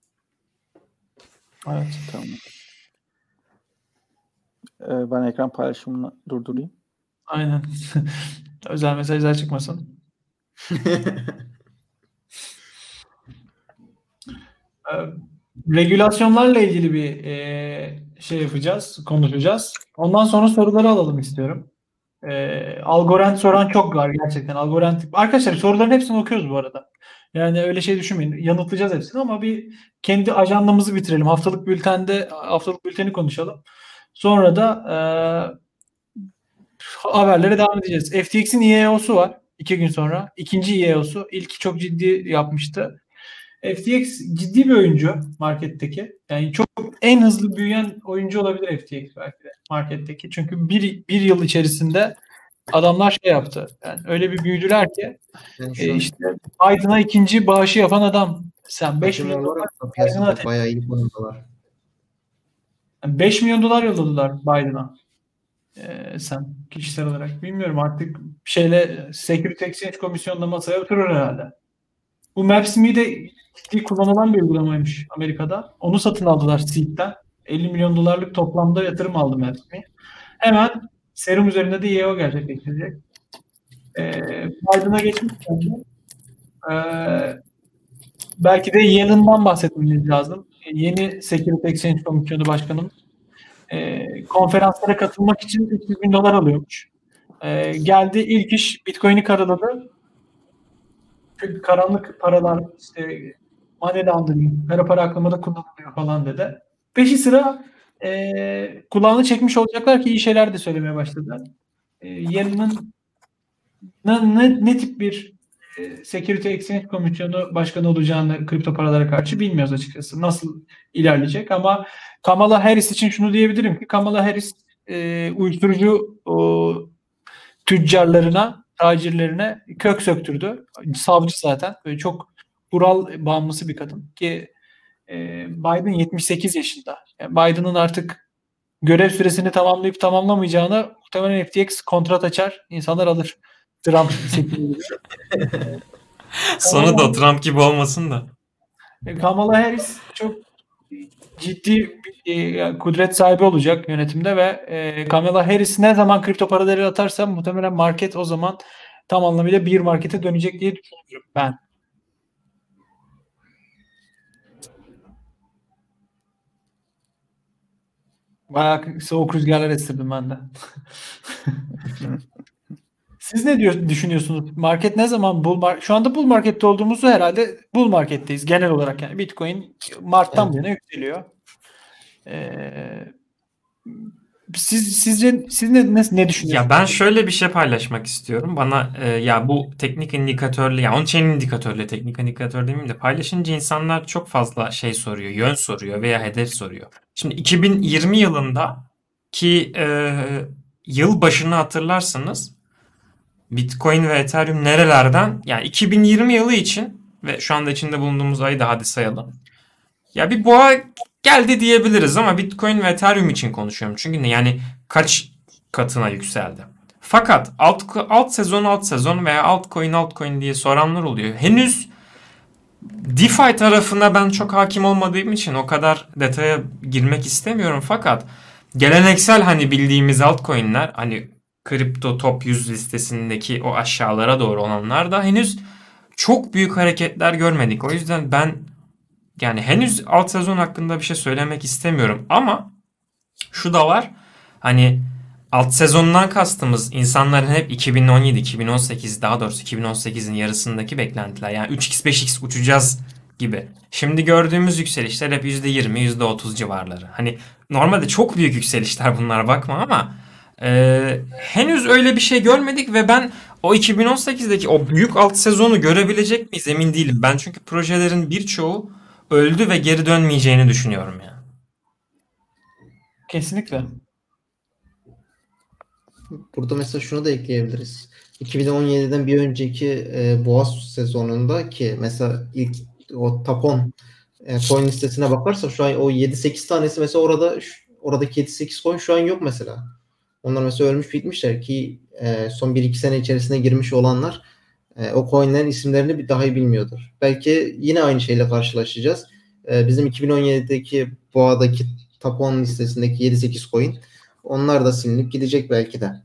Speaker 1: evet.
Speaker 4: tamam. Ee, ben ekran paylaşımını durdurayım.
Speaker 1: Aynen. Özel mesajlar çıkmasın. E, regülasyonlarla ilgili bir e, şey yapacağız, konuşacağız. Ondan sonra soruları alalım istiyorum. E, Algorand soran çok var gerçekten. Algorand. Arkadaşlar soruların hepsini okuyoruz bu arada. Yani öyle şey düşünmeyin. Yanıtlayacağız hepsini ama bir kendi ajandamızı bitirelim. Haftalık bültende haftalık bülteni konuşalım. Sonra da e, haberlere devam edeceğiz. F T X'in I E O'su var. iki gün sonra. İkinci I E O'su. İlki çok ciddi yapmıştı. F T X ciddi bir oyuncu marketteki. Yani çok en hızlı büyüyen oyuncu olabilir F T X belki de marketteki. Çünkü bir, bir yıl içerisinde adamlar şey yaptı. Yani öyle bir büyüdüler ki
Speaker 3: Yani
Speaker 1: e,
Speaker 3: şu an
Speaker 1: işte Biden'a ikinci bağışı yapan adam. Sen beş
Speaker 3: takım
Speaker 1: milyon dolar
Speaker 3: olarak da
Speaker 1: Biden'a
Speaker 3: piyasada
Speaker 1: ateş-
Speaker 3: bayağı iyi konumdalar.
Speaker 1: yani beş milyon dolar yolladılar Biden'a. Ee, sen kişisel olarak bilmiyorum artık bir şeyle Security Exchange Komisyonu'nda masaya oturur herhalde. Bu Maps.me de ciddi kullanılan bir uygulamaymış Amerika'da. Onu satın aldılar Seed'den. elli milyon dolarlık toplamda yatırım aldı Maps.me. Hemen Serum üzerinde de I E O gerçekleştirecek. Ee, Biden'a geçmişken de ee, belki de Yellen'dan bahsetmemiz lazım. Yeni Security Exchange Komisyonu Başkanımız e, konferanslara katılmak için üç yüz bin dolar alıyormuş. E, geldi ilk iş Bitcoin'i karaladı. Çünkü karanlık paralar işte money laundering, kara para aklamada kullanılıyor falan dedi. Peşi sıra e, kulağını çekmiş olacaklar ki iyi şeyler de söylemeye başladı. E, Yellen'ın ne, ne, ne tip bir e, Security Exchange Komisyonu başkanı olacağını kripto paralara karşı bilmiyoruz açıkçası. Nasıl ilerleyecek ama Kamala Harris için şunu diyebilirim ki Kamala Harris e, uyuşturucu o, tüccarlarına, tacirlerine kök söktürdü. Savcı zaten. Böyle çok kural bağımlısı bir kadın ki e, Biden yetmiş sekiz yaşında. Yani Biden'ın artık görev süresini tamamlayıp tamamlamayacağını muhtemelen F T X kontrat açar, insanlar alır. Trump seçimi gibi.
Speaker 2: Sonu da Trump gibi olmasın da.
Speaker 1: Kamala Harris çok ciddi bir e, kudret sahibi olacak yönetimde ve e, Kamala Harris ne zaman kripto paraları atarsa muhtemelen market o zaman tam anlamıyla bir markete dönecek diye düşünüyorum ben. Bayağı soğuk rüzgarlar estirdim ben de. Siz ne diyor, düşünüyorsunuz? Market ne zaman bull mar- şu anda bull markette olduğumuzu herhalde bull marketteyiz genel olarak yani Bitcoin Mart'tan bu yana yükseliyor. Ee, siz sizce siz ne ne, ne düşünüyorsunuz?
Speaker 2: Ya ben şöyle bir şey paylaşmak istiyorum. Bana e, ya bu teknik indikatörle ya on-chain indikatörle teknik indikatör demeyeyim de paylaşınca insanlar çok fazla şey soruyor, yön soruyor veya hedef soruyor. Şimdi iki bin yirmi yılında ki e, yıl başını hatırlarsanız Bitcoin ve Ethereum nerelerden yani iki bin yirmi yılı için ve şu anda içinde bulunduğumuz ayı da hadi sayalım. Ya bir boğa geldi diyebiliriz ama Bitcoin ve Ethereum için konuşuyorum. Çünkü ne yani kaç katına yükseldi. Fakat alt, alt sezon alt sezon veya altcoin altcoin diye soranlar oluyor. Henüz DeFi tarafına ben çok hakim olmadığım için o kadar detaya girmek istemiyorum. Fakat geleneksel hani bildiğimiz altcoin'ler hani kripto top yüz listesindeki o aşağılara doğru olanlar da henüz çok büyük hareketler görmedik. O yüzden ben yani henüz alt sezon hakkında bir şey söylemek istemiyorum ama şu da var. Hani alt sezondan kastımız insanların hep iki bin on yedi, iki bin on sekiz daha doğrusu iki bin on sekizin yarısındaki beklentiler. Yani üç x beş x uçacağız gibi. Şimdi gördüğümüz yükselişler hep yüzde yirmi, yüzde otuz civarları. Hani normalde çok büyük yükselişler bunlar bakma ama e, henüz öyle bir şey görmedik ve ben o iki bin on sekizdeki o büyük alt sezonu görebilecek miyiz emin değilim. Ben çünkü projelerin birçoğu öldü ve geri dönmeyeceğini düşünüyorum ya.
Speaker 1: Kesinlikle.
Speaker 3: Burada mesela şunu da ekleyebiliriz. iki bin on yediden bir önceki e, Boğaz sezonunda ki mesela ilk o top on e, coin listesine bakarsa şu an o yedi sekiz tanesi mesela orada şu- oradaki yedi sekiz coin şu an yok mesela. Onlar mesela ölmüş bitmişler ki e, son bir iki sene içerisine girmiş olanlar e, o coinlerin isimlerini bir daha iyi bilmiyordur. Belki yine aynı şeyle karşılaşacağız. E, bizim iki bin on yedideki Boğa'daki top on listesindeki yedi sekiz coin onlar da silinip gidecek belki de.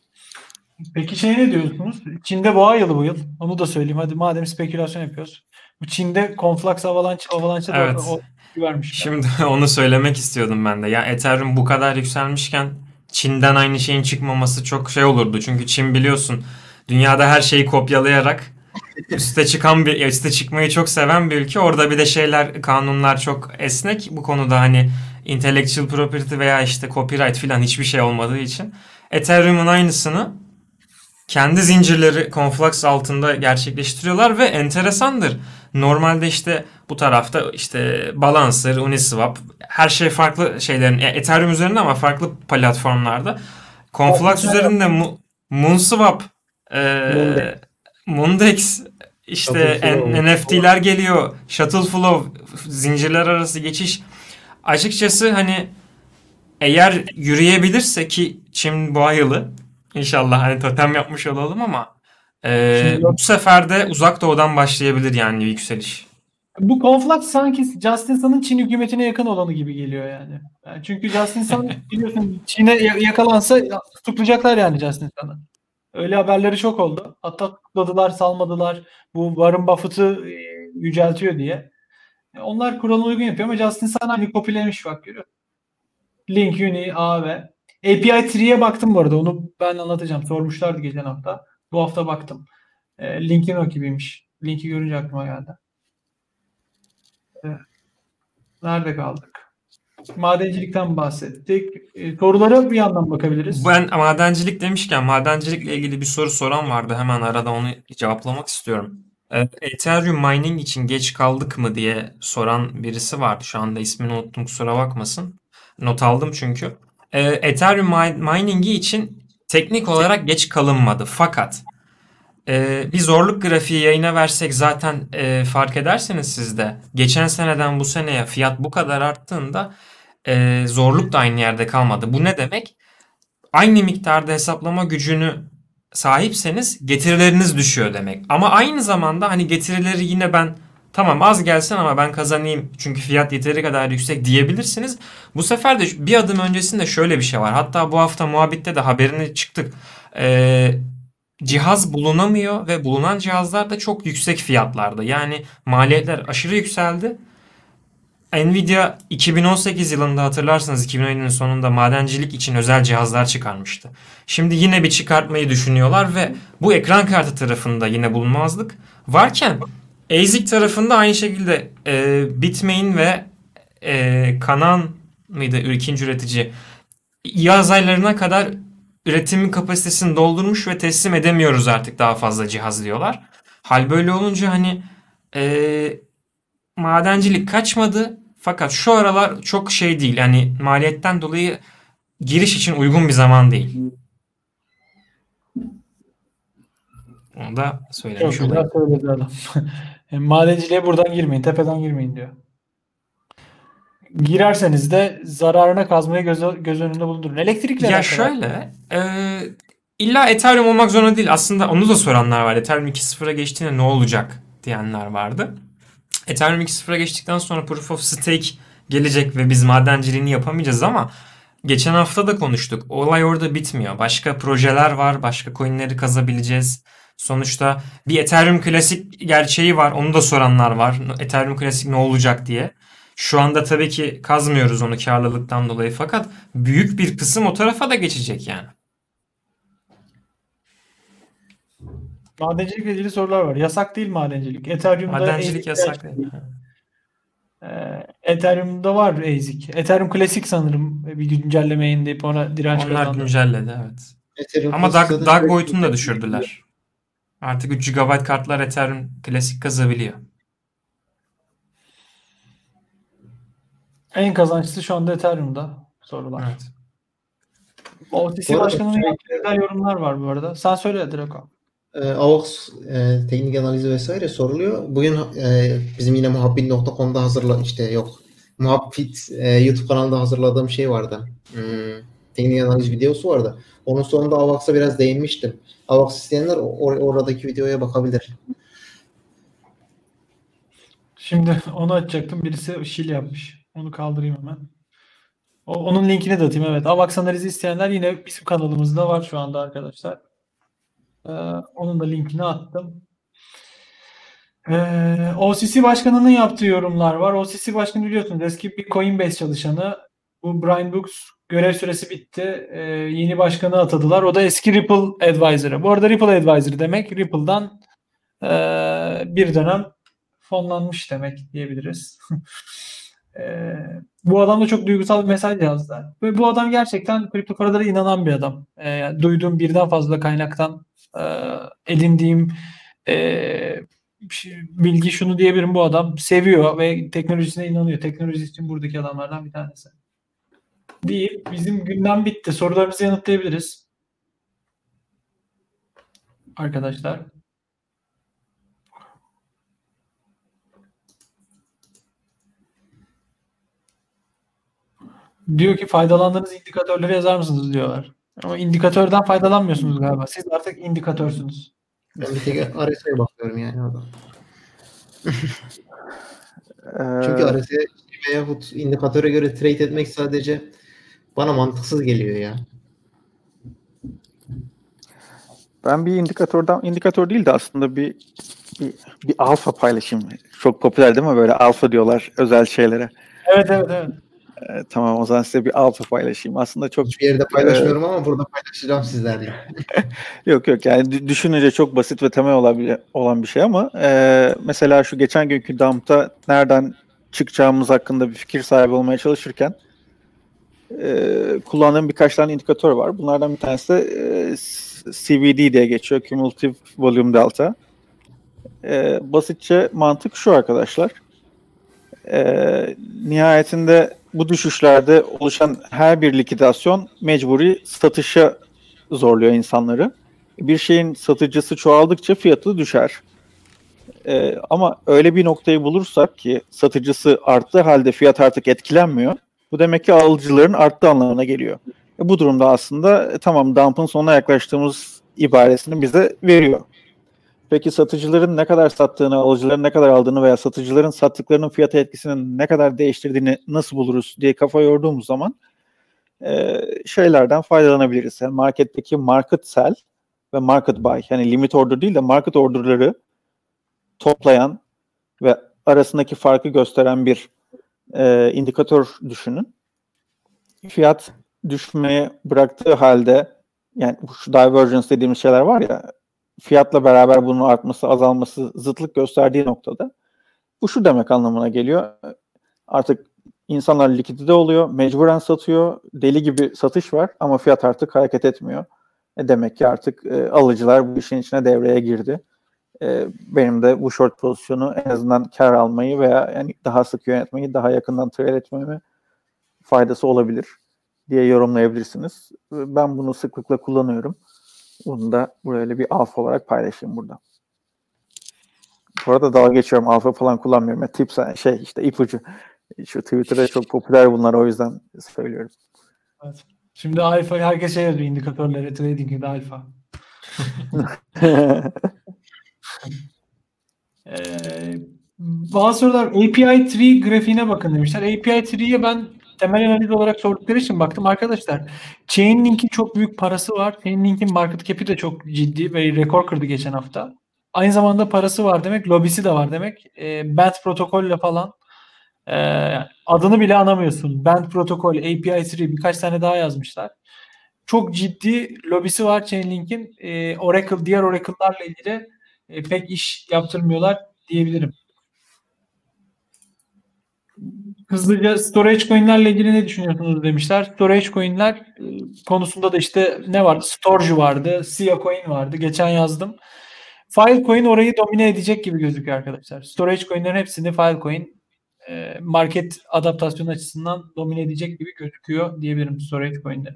Speaker 1: Peki şey ne diyorsunuz? Çin'de boğa yılı bu yıl. Onu da söyleyeyim. Hadi madem spekülasyon yapıyoruz. Bu Çin'de Conflux Avalanche, Avalanche'a da
Speaker 2: Evet.
Speaker 1: o vermişler.
Speaker 2: Şimdi onu söylemek istiyordum ben de. Ya Ethereum bu kadar yükselmişken Çin'den aynı şeyin çıkmaması çok şey olurdu. Çünkü Çin biliyorsun dünyada her şeyi kopyalayarak üste çıkan bir üste çıkmayı çok seven bir ülke. Orada bir de şeyler, kanunlar çok esnek. Bu konuda hani intellectual property veya işte copyright falan hiçbir şey olmadığı için Ethereum'un aynısını kendi zincirleri Conflux altında gerçekleştiriyorlar ve enteresandır. Normalde işte bu tarafta işte Balancer, Uniswap her şey farklı şeylerin e, Ethereum üzerinde ama farklı platformlarda. Conflux üzerinde Mu- Moonswap, e,
Speaker 3: Mondex.
Speaker 2: Mondex işte
Speaker 3: Shuttleflow.
Speaker 2: N F T'ler geliyor. Shuttleflow, zincirler arası geçiş. Açıkçası hani eğer yürüyebilirse ki Çin boğa yılı inşallah hani totem yapmış olalım ama e,
Speaker 1: Şimdi
Speaker 2: bu sefer de uzak doğudan başlayabilir yani yükseliş.
Speaker 1: bu Conflux sanki Justin Sun'ın Çin hükümetine yakın olanı gibi geliyor yani. Yani çünkü Justin Sun biliyorsun Çin'e ya- yakalansa ya- tutuklayacaklar yani Justin Sun'ı. Öyle haberleri çok oldu. Hatta tutukladılar, salmadılar. Bu Warren Buffett'ı e, yüceltiyor diye. E, Onlar kuralına uygun yapıyor ama Justin Sun aynı kopyalemiş bak görüyor. Link, Uni, A V. A P I tree'ye baktım bu arada. Onu ben anlatacağım. Sormuşlardı geçen hafta. Bu hafta baktım. E, Link'in o gibiymiş. Link'i görünce aklıma geldi. E, Nerede kaldık? Madencilikten bahsettik. E, sorulara bir yandan bakabiliriz.
Speaker 2: Ben madencilik demişken madencilikle ilgili bir soru soran vardı. Hemen arada onu cevaplamak istiyorum. E, Ethereum mining için geç kaldık mı diye soran birisi vardı. Şu anda ismini unuttum, kusura bakmasın. Not aldım çünkü. E, Ethereum mi- mining'i için teknik olarak geç kalınmadı. Fakat e, bir zorluk grafiği yayına versek zaten e, fark edersiniz siz de. Geçen seneden bu seneye fiyat bu kadar arttığında e, zorluk da aynı yerde kalmadı. Bu ne demek? Aynı miktarda hesaplama gücünü sahipseniz getirileriniz düşüyor demek. Ama aynı zamanda hani getirileri yine ben tamam az gelsin ama ben kazanayım çünkü fiyat yeteri kadar yüksek diyebilirsiniz. Bu sefer de bir adım öncesinde şöyle bir şey var. Hatta bu hafta muhabbitte de haberini çıktık. Ee, cihaz bulunamıyor ve bulunan cihazlar da çok yüksek fiyatlarda. Yani maliyetler aşırı yükseldi. Nvidia iki bin on sekiz yılında hatırlarsınız iki bin on yedinin sonunda madencilik için özel cihazlar çıkarmıştı. Şimdi yine bir çıkartmayı düşünüyorlar ve bu ekran kartı tarafında yine bulunmazlık varken A S I C tarafında aynı şekilde e, Bitmain ve e, Kanan mıydı ikinci üretici yaz aylarına kadar üretimin kapasitesini doldurmuş ve teslim edemiyoruz artık daha fazla cihaz diyorlar. Hal böyle olunca hani e, madencilik kaçmadı fakat şu aralar çok şey değil. Yani maliyetten dolayı giriş için uygun bir zaman değil. Onu da
Speaker 1: Çok
Speaker 2: söylemiş
Speaker 1: güzel
Speaker 2: olayım.
Speaker 1: söyledi adam. Yani madenciliğe buradan girmeyin. Tepeden girmeyin diyor. Girerseniz de zararına kazmayı göz, göz önünde bulundurun. Elektrikle
Speaker 2: Ya
Speaker 1: alakalı.
Speaker 2: şöyle e, illa Ethereum olmak zorunda değil. Aslında onu da soranlar var. Ethereum iki nokta sıfıra geçtiğinde ne olacak diyenler vardı. Ethereum iki nokta sıfıra geçtikten sonra Proof of Stake gelecek ve biz madenciliğini yapamayacağız ama geçen hafta da konuştuk. Olay orada bitmiyor. Başka projeler var. Başka coinleri kazabileceğiz. Sonuçta bir Ethereum klasik gerçeği var. Onu da soranlar var. Ethereum klasik ne olacak diye. Şu anda tabii ki kazmıyoruz onu karlılıktan dolayı fakat büyük bir kısım o tarafa da geçecek yani.
Speaker 1: Madencilikle ilgili sorular var. Yasak değil madencilik. Ethereum'da
Speaker 2: Madencilik
Speaker 1: A S I C
Speaker 2: yasak değil.
Speaker 1: Ee, Ethereum'da var A S I C. Ethereum Classic sanırım bir güncelleme indirip ona direnç
Speaker 2: Onlar
Speaker 1: kazandı.
Speaker 2: güncelledi evet.
Speaker 3: Ethereum
Speaker 2: Ama
Speaker 3: Classic
Speaker 2: Dark,
Speaker 3: zaten
Speaker 2: Dark
Speaker 3: direkt-
Speaker 2: boyutunu da düşürdüler. Artık üç gigabayt kartlar Ethereum klasik kazabiliyor.
Speaker 1: En kazançlısı şu anda Ethereum'da. sorular.
Speaker 2: Evet.
Speaker 1: O T C
Speaker 3: Bu arada
Speaker 1: başkanının
Speaker 3: sürekli-
Speaker 1: yaptığı güzel yorumlar var bu arada. Sen söyle Drako.
Speaker 3: E, AVAX e, teknik analizi vesaire soruluyor. Bugün e, bizim yine muhabbit nokta com'da hazırla işte yok. Muhabbit e, YouTube kanalında hazırladığım şey vardı. Hmm, teknik analiz videosu vardı. Onun sonunda AVAX'a biraz değinmiştim. AVAX isteyenler or- oradaki videoya bakabilir.
Speaker 1: Şimdi onu açacaktım. Birisi şil yapmış. Onu kaldırayım hemen. O, onun linkini de atayım. Evet. AVAX analizi isteyenler yine bizim kanalımızda var şu anda arkadaşlar. Ee, onun da linkini attım. Ee, O C C başkanının yaptığı yorumlar var. O C C başkanı biliyorsunuz eski bir Coinbase çalışanı. Bu Brian Brooks görev süresi bitti. Ee, yeni başkanı atadılar. O da eski Ripple Advisor'ı. Bu arada Ripple Advisor demek Ripple'dan ee, bir dönem fonlanmış demek diyebiliriz. ee, bu adam da çok duygusal bir mesaj yazdı. Ve bu adam gerçekten kripto paralara inanan bir adam. Ee, duyduğum birden fazla kaynaktan ee, edindiğim ee, bilgi şunu diyebilirim, bu adam seviyor ve teknolojisine inanıyor. Teknoloji için buradaki adamlardan bir tanesi. Deyip bizim gündem bitti. Sorularınızı yanıtlayabiliriz. Arkadaşlar. Diyor ki faydalandığınız indikatörleri yazar mısınız diyorlar. Ama indikatörden faydalanmıyorsunuz galiba. Siz artık indikatörsünüz.
Speaker 3: Ben bir tek R S I'ye bakıyorum yani orada.
Speaker 4: Ee,
Speaker 3: Çünkü R S I veyahut indikatöre göre trade etmek sadece bana mantıksız geliyor ya.
Speaker 4: Ben bir indikatörden, indikatör değil de aslında bir bir, bir alfa paylaşayım. Çok popüler değil mi böyle alfa diyorlar özel şeylere.
Speaker 1: Evet evet evet.
Speaker 4: Ee, tamam o zaman size bir alfa paylaşayım. Aslında çok
Speaker 3: Hiçbir yerde paylaşmıyorum ama burada paylaşacağım sizlerle.
Speaker 4: yok yok yani dü- düşününce çok basit ve temel olabil- olan bir şey ama e, mesela şu geçen günkü dump'ta nereden çıkacağımız hakkında bir fikir sahibi olmaya çalışırken e, kullandığım birkaç tane indikatör var. Bunlardan bir tanesi de e, C V D diye geçiyor. Cumulative Volume Delta. E, basitçe mantık şu arkadaşlar. E, nihayetinde bu düşüşlerde oluşan her bir likidasyon mecburi satışa zorluyor insanları. Bir şeyin satıcısı çoğaldıkça fiyatı düşer. E, ama öyle bir noktayı bulursak ki satıcısı arttığı halde fiyat artık etkilenmiyor. Bu demek ki alıcıların arttığı anlamına geliyor. E, bu durumda aslında e, tamam dump'ın sonuna yaklaştığımız ibaresini bize veriyor. Peki satıcıların ne kadar sattığını, alıcıların ne kadar aldığını veya satıcıların sattıklarının fiyata etkisinin ne kadar değiştirdiğini nasıl buluruz diye kafa yorduğumuz zaman e, şeylerden faydalanabiliriz. Yani marketteki market sell ve market buy, yani limit order değil de market orderları toplayan ve arasındaki farkı gösteren bir e, indikatör düşünün. Fiyat düşmeye bıraktığı halde, yani şu divergence dediğimiz şeyler var ya, fiyatla beraber bunun artması, azalması zıtlık gösterdiği noktada bu şu demek anlamına geliyor. Artık insanlar likidite oluyor, mecburen satıyor, deli gibi satış var ama fiyat artık hareket etmiyor. E demek ki artık e, alıcılar bu işin içine devreye girdi. E, benim de bu short pozisyonu en azından kar almayı veya yani daha sık yönetmeyi, daha yakından trade etmeme faydası olabilir diye yorumlayabilirsiniz. Ben bunu sıklıkla kullanıyorum. Bunu da böyle bir alfa olarak paylaşayım burada. Bu arada dalga geçiyorum. Alfa falan kullanmıyorum. Yani tips, şey işte ipucu. Şu Twitter'da çok popüler bunlar, o yüzden söylüyorum.
Speaker 1: Evet. Şimdi alfa, herkes şey yazıyor indikatörlere, trading'de alfa. ee, bazı sorular A P I tree grafiğine bakın demişler. A P I tree'ye ben temel analiz olarak sordukları için baktım arkadaşlar. Chainlink'in çok büyük parası var. Chainlink'in market cap'i de çok ciddi ve rekor kırdı geçen hafta. Aynı zamanda parası var demek, lobisi de var demek. E, Band protokolle falan e, adını bile anamıyorsun. Band protokol, A P I tree birkaç tane daha yazmışlar. Çok ciddi lobisi var Chainlink'in. E, Oracle, diğer Oracle'larla ilgili e, pek iş yaptırmıyorlar diyebilirim. Hızlıca storage coin'lerle ilgili ne düşünüyorsunuz demişler. Storage coin'ler e, konusunda da işte ne vardı? Storj vardı, Sia coin vardı. Geçen yazdım. Filecoin orayı domine edecek gibi gözüküyor arkadaşlar. Storage coin'lerin hepsini Filecoin e, market adaptasyonu açısından domine edecek gibi gözüküyor diyebilirim storage coin'leri.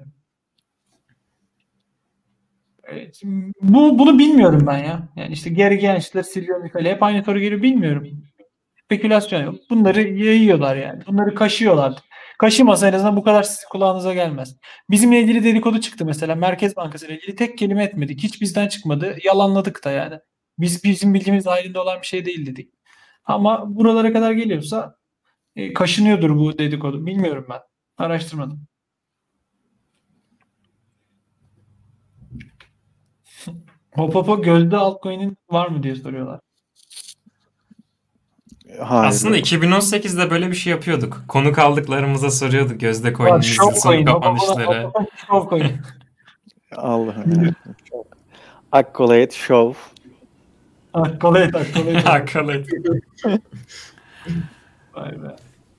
Speaker 1: Evet, bu bunu bilmiyorum ben ya. Yani işte geri gençler Silvio Micali hep aynı soru geliyor, bilmiyorum. Spekülasyon yok. Bunları yayıyorlar yani. Bunları kaşıyorlar. Kaşımasa en azından bu kadar sizin kulağınıza gelmez. Bizimle ilgili dedikodu çıktı mesela. Merkez Bankası ile ilgili tek kelime etmedik. Hiç bizden çıkmadı. Yalanladık da yani. Biz bizim bilgimiz dahilinde olan bir şey değil dedik. Ama buralara kadar geliyorsa e, kaşınıyordur bu dedikodu. Bilmiyorum ben. Araştırmadım. Hop hop hop, Gözde altcoin'in var mı diye soruyorlar.
Speaker 4: Hayır.
Speaker 2: Aslında iki bin on sekizde böyle bir şey yapıyorduk. Konuk aldıklarımıza soruyorduk Gözde
Speaker 1: Var,
Speaker 2: Coin'imizin
Speaker 1: show
Speaker 2: son
Speaker 1: coin. Hop hop
Speaker 2: kapanışları.
Speaker 1: hop hop, show coin.
Speaker 4: Allah'ım. Evet. Accolade Show.
Speaker 1: Akkolay akkolay.
Speaker 2: Hakikaten.
Speaker 1: Vay be.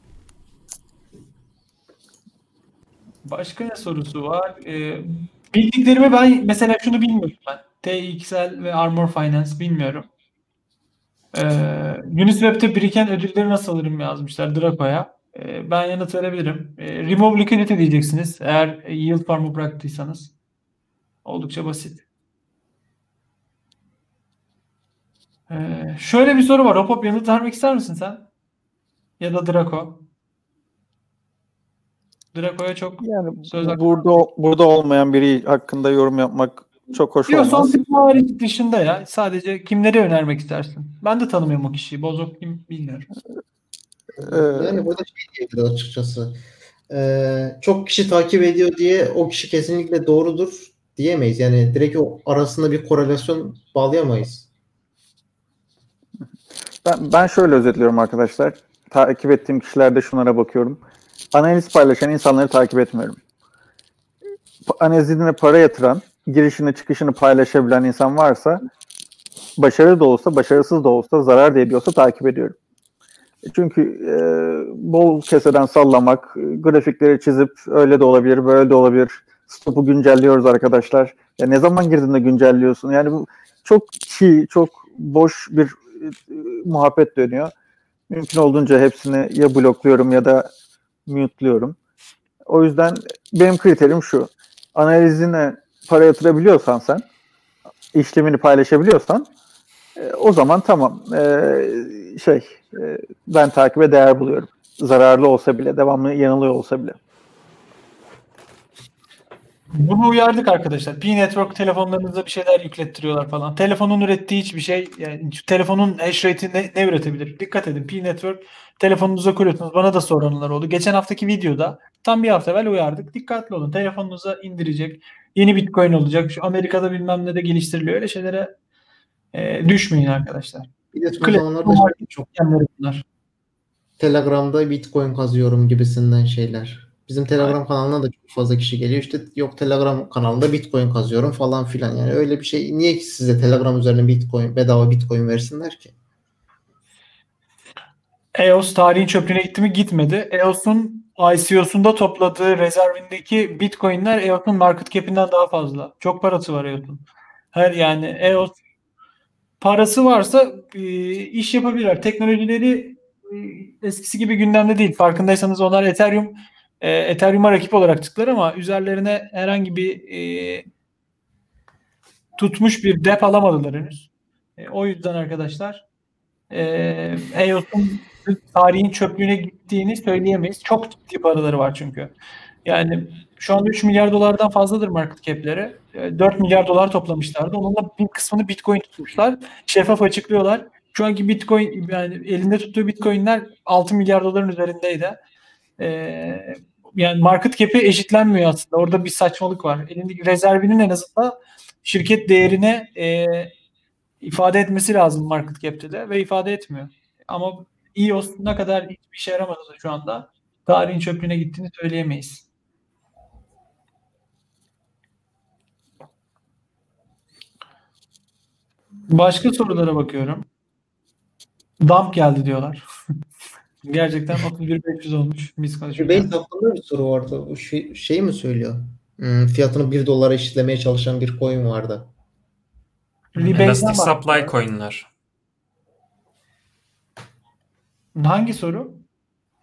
Speaker 1: Başka ne sorusu var? Ee, bildiklerimi ben mesela şunu bilmiyorum ben. T X L ve Armor Finance bilmiyorum. Ee, Uniswap'te biriken ödülleri nasıl alırım yazmışlar Draco'ya. Ee, ben yanıt verebilirim. Ee, remove liquidity diyeceksiniz eğer yield farm'ı bıraktıysanız. Oldukça basit. Ee, şöyle bir soru var. Hop hop, yanıt vermek ister misin sen? Ya da Draco. Draco'ya çok
Speaker 4: Yani
Speaker 1: söz hakkı.
Speaker 4: burada burada olmayan biri hakkında yorum yapmak çok hoş
Speaker 1: Yok, son
Speaker 4: olmaz.
Speaker 1: tarih dışında ya. Sadece kimleri önermek istersin? Ben de tanımıyorum o kişiyi. Bozok kim bilmiyorum.
Speaker 4: Ee,
Speaker 3: Yani burada şey diyebiliriz açıkçası. Ee, çok kişi takip ediyor diye o kişi kesinlikle doğrudur diyemeyiz. Yani direkt o arasında bir korelasyon bağlayamayız.
Speaker 4: Ben, ben şöyle özetliyorum arkadaşlar. Takip ettiğim kişilerde şunlara bakıyorum. Analiz paylaşan insanları takip etmiyorum. Pa- Analizine para yatıran, girişini çıkışını paylaşabilen insan varsa, başarılı da olsa, başarısız da olsa, zarar da ediyorsa takip ediyorum. Çünkü e, bol keseden sallamak, grafikleri çizip öyle de olabilir, böyle de olabilir. Stopu güncelliyoruz arkadaşlar. Ya ne zaman girdiğinde güncelliyorsun? Yani bu çok çiğ, çok boş bir e, muhabbet dönüyor. Mümkün olduğunca hepsini ya blokluyorum ya da mute'luyorum. O yüzden benim kriterim şu. Analizine para yatırabiliyorsan sen, işlemini paylaşabiliyorsan e, o zaman tamam. E, şey e, ben takibe değer buluyorum. Zararlı olsa bile, devamlı yanılıyor olsa bile.
Speaker 1: Bunu uyardık arkadaşlar. P-Network telefonlarınıza bir şeyler yüklettiriyorlar falan. Telefonun ürettiği hiçbir şey, yani telefonun hash rate'i ne, ne üretebilir? Dikkat edin. P-Network telefonunuza kuruyorsunuz. Bana da soranlar oldu. Geçen haftaki videoda tam bir hafta evvel uyardık. Dikkatli olun. Telefonunuza indirecek. Yeni Bitcoin olacak. Şu Amerika'da bilmem ne de geliştiriliyor. Öyle şeylere e, düşmeyin arkadaşlar.
Speaker 3: Bir de son
Speaker 1: Kle-
Speaker 3: zamanlarda şey çok
Speaker 1: Yanları bunlar.
Speaker 3: Telegram'da Bitcoin kazıyorum gibisinden şeyler. Bizim Telegram kanalına da çok fazla kişi geliyor. İşte yok Telegram kanalında Bitcoin kazıyorum falan filan. Yani öyle bir şey. Niye ki size Telegram üzerine Bitcoin, bedava Bitcoin versinler ki?
Speaker 1: E O S tarihin çöplüğüne gitti mi? Gitmedi. E O S'un I C O'sunda topladığı rezervindeki Bitcoin'ler E O S'un market cap'inden daha fazla. Çok parası var E O S'un. Her yani E O S parası varsa e, iş yapabilirler. Teknolojileri e, eskisi gibi gündemde değil. Farkındaysanız onlar Ethereum e, Ethereum'a rakip olarak çıktılar ama üzerlerine herhangi bir e, tutmuş bir dep alamadılar henüz. E, o yüzden arkadaşlar e, E O S'un tarihin çöplüğüne gittiğini söyleyemeyiz. Çok ciddi paraları var çünkü. Yani şu anda üç milyar dolardan fazladır market cap'leri. dört milyar dolar toplamışlardı. Onunla bir kısmını Bitcoin tutmuşlar. Şeffaf açıklıyorlar. Şu anki Bitcoin, yani elinde tuttuğu Bitcoin'ler altı milyar doların üzerindeydi. Ee, yani market cap'i eşitlenmiyor aslında. Orada bir saçmalık var. Elindeki rezervinin en azından şirket değerine e, ifade etmesi lazım market cap'te de ve ifade etmiyor. Ama E O S ne kadar hiçbir işe yaramadı da şu anda tarihin çöplüğüne gittiğini söyleyemeyiz. Başka sorulara bakıyorum. Dump geldi diyorlar. Gerçekten otuz bir bin beş yüz olmuş biz konuşurken.
Speaker 3: Rebate hakkında bir soru vardı. O şey, şey mi söylüyor? Hmm, fiyatını bir dolara eşitlemeye çalışan bir coin vardı.
Speaker 1: Rebate'den
Speaker 2: Elastic
Speaker 1: bahsediyor.
Speaker 2: Supply coin'ler.
Speaker 1: Hangi soru?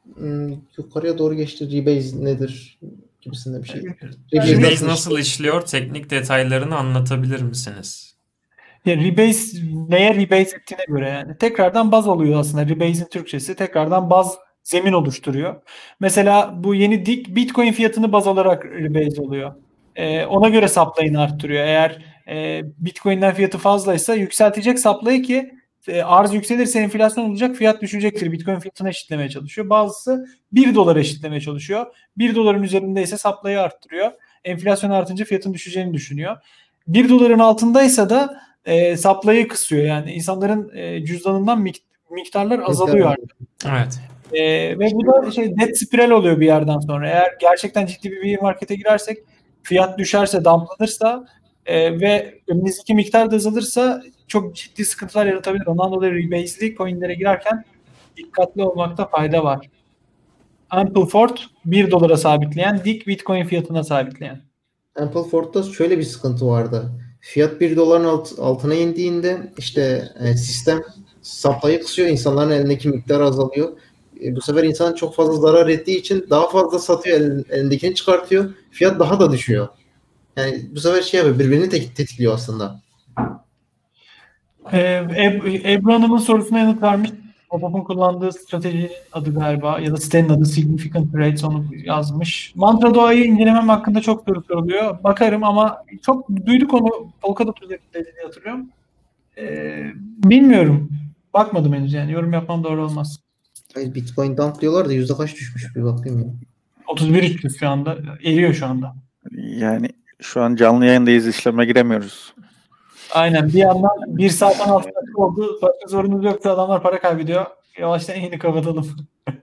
Speaker 3: Hmm, yukarıya doğru geçti. Rebase nedir gibisinde bir şey.
Speaker 1: Rebase
Speaker 2: Rebase nasıl işliyor? Teknik detaylarını anlatabilir misiniz?
Speaker 1: Ya rebase neye rebase ettiğine göre yani. Tekrardan baz oluyor aslında. Rebase'in Türkçesi tekrardan baz zemin oluşturuyor. Mesela bu yeni dik Bitcoin fiyatını baz alarak rebase oluyor. Ee, ona göre supply'ını arttırıyor. Eğer e, Bitcoin'den fiyatı fazlaysa yükseltecek supply'ı ki e, arz yükselirse enflasyon olacak, fiyat düşecektir. Bitcoin fiyatını eşitlemeye çalışıyor. Bazısı bir dolar eşitlemeye çalışıyor. bir doların üzerindeyse supply'ı arttırıyor. Enflasyon artınca fiyatın düşeceğini düşünüyor. bir doların altındaysa da e, supply'ı kısıyor. Yani insanların e, cüzdanından mik- miktarlar azalıyor artık.
Speaker 2: Evet.
Speaker 1: E, ve bu da şey dead spiral oluyor bir yerden sonra. Eğer gerçekten ciddi bir bear market'e girersek, fiyat düşerse, dumplanırsa e, ve önümüzdeki miktar da azalırsa çok ciddi sıkıntılar yaratabilir. Ondan dolayı rebase'li coin'lere girerken dikkatli olmakta fayda var. Ampleford bir dolara sabitleyen, dik Bitcoin fiyatına sabitleyen.
Speaker 3: Ampleford'da şöyle bir sıkıntı vardı. Fiyat bir doların alt, altına indiğinde işte e, sistem supply'ı kısıyor. İnsanların elindeki miktar azalıyor. E, bu sefer insan çok fazla zarar ettiği için daha fazla satıyor. El, elindekini çıkartıyor. Fiyat daha da düşüyor. Yani bu sefer şey yapıyor. Birbirini tek, tetikliyor aslında.
Speaker 1: Ee, Eb- Ebru Hanım'ın sorusuna yanıt vermiş. Popop'un kullandığı stratejinin adı galiba ya da sitenin adı Significant Trades, onu yazmış. Mantra doğayı incelemem hakkında çok soru soruluyor. Bakarım ama çok duyduk onu. Polkadot üzerinde diye hatırlıyorum. Ee, bilmiyorum. Bakmadım henüz yani. Yorum yapmam doğru olmaz.
Speaker 3: Hayır, Bitcoin dump diyorlar da yüzde kaç düşmüş bir bakayım ya.
Speaker 1: otuz bir üç yüz şu anda. Eriyor şu anda.
Speaker 4: Yani şu an canlı yayındayız, işleme giremiyoruz.
Speaker 1: Aynen. Bir yandan bir saatten altı dakika oldu. Başka sorunuz yoksa adamlar para kaybediyor. Yavaştan yeni kapatalım.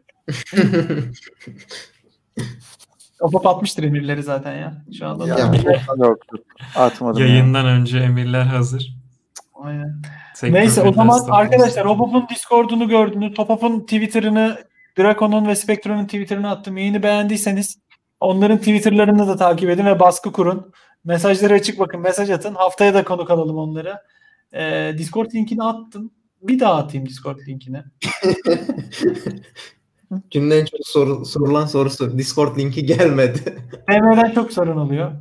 Speaker 1: Kapap atmıştır emirleri zaten ya. Şu anda
Speaker 4: Ya,
Speaker 1: da.
Speaker 4: yok, atmadım ya.
Speaker 2: Yayından önce emirler hazır.
Speaker 1: Aynen.
Speaker 2: Tekno
Speaker 1: Neyse o
Speaker 2: Filter
Speaker 1: zaman
Speaker 2: Stop
Speaker 1: arkadaşlar
Speaker 2: olsun.
Speaker 1: Hopop'un Discord'unu gördünüz. Hopop'un Twitter'ını, Draco'nun ve Spectre'nin Twitter'ını attım. Yayını beğendiyseniz onların Twitter'larını da takip edin ve baskı kurun. Mesajları açık bakın. Mesaj atın. Haftaya da konuk alalım onları. Ee, Discord linkini attım. Bir daha atayım Discord linkini.
Speaker 3: Günün en çok soru, sorulan sorusu. Discord linki gelmedi.
Speaker 1: D M'den çok sorun oluyor.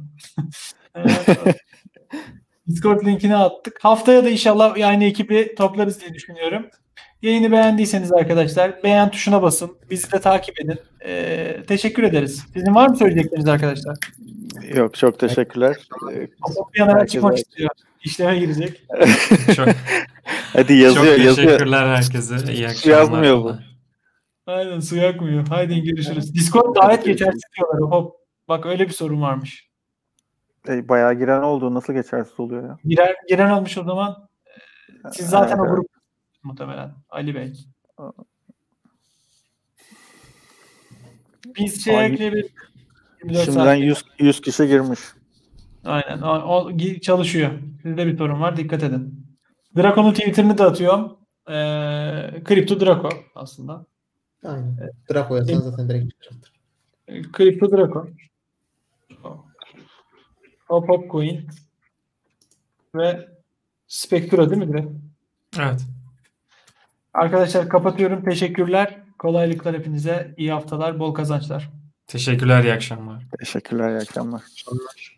Speaker 1: Discord linkini attık. Haftaya da inşallah aynı ekibi toplarız diye düşünüyorum. Yayını beğendiyseniz arkadaşlar beğen tuşuna basın. Bizi de takip edin. Ee, teşekkür ederiz. Sizin var mı söyleyecekleriniz arkadaşlar?
Speaker 4: Yok, çok teşekkürler. Ee,
Speaker 1: Hopop bir yana
Speaker 4: Herkese-
Speaker 1: çıkmak istiyor. İşleme girecek.
Speaker 2: Çok,
Speaker 4: Hadi yazıyor,
Speaker 2: çok
Speaker 4: yazıyor.
Speaker 2: teşekkürler herkese. İyi akşamlar.
Speaker 4: Yazmıyor bu.
Speaker 1: Aynen, su yakmıyor. Haydi görüşürüz. Discord davet geçersiz diyorlar. Hop. Bak öyle bir sorun varmış.
Speaker 4: E, bayağı giren oldu. Nasıl geçersiz oluyor ya?
Speaker 1: Girer, giren olmuş o zaman. Siz zaten
Speaker 4: Evet,
Speaker 1: o
Speaker 4: evet.
Speaker 1: grup muhtemelen. Ali Bey. Biz şey
Speaker 4: Ay,
Speaker 1: ekleyebiliriz. yirmi dört
Speaker 4: Şimdiden
Speaker 1: saat.
Speaker 4: yüz, yüz kişi girmiş.
Speaker 1: Aynen. O, o gi- çalışıyor. Sizde bir sorun var. Dikkat edin. Draco'nun Twitter'ını da atıyorum. Ee, Crypto Draco aslında.
Speaker 3: Aynen. Draco yazsan zaten direkt çıkacaktır.
Speaker 1: Ee, Crypto Draco. Hop Hop Coin. Ve Spectra değil mi direkt?
Speaker 2: Evet.
Speaker 1: Arkadaşlar kapatıyorum. Teşekkürler. Kolaylıklar hepinize. İyi haftalar. Bol kazançlar.
Speaker 2: Teşekkürler. İyi akşamlar.
Speaker 4: Teşekkürler, iyi akşamlar.
Speaker 3: Onlar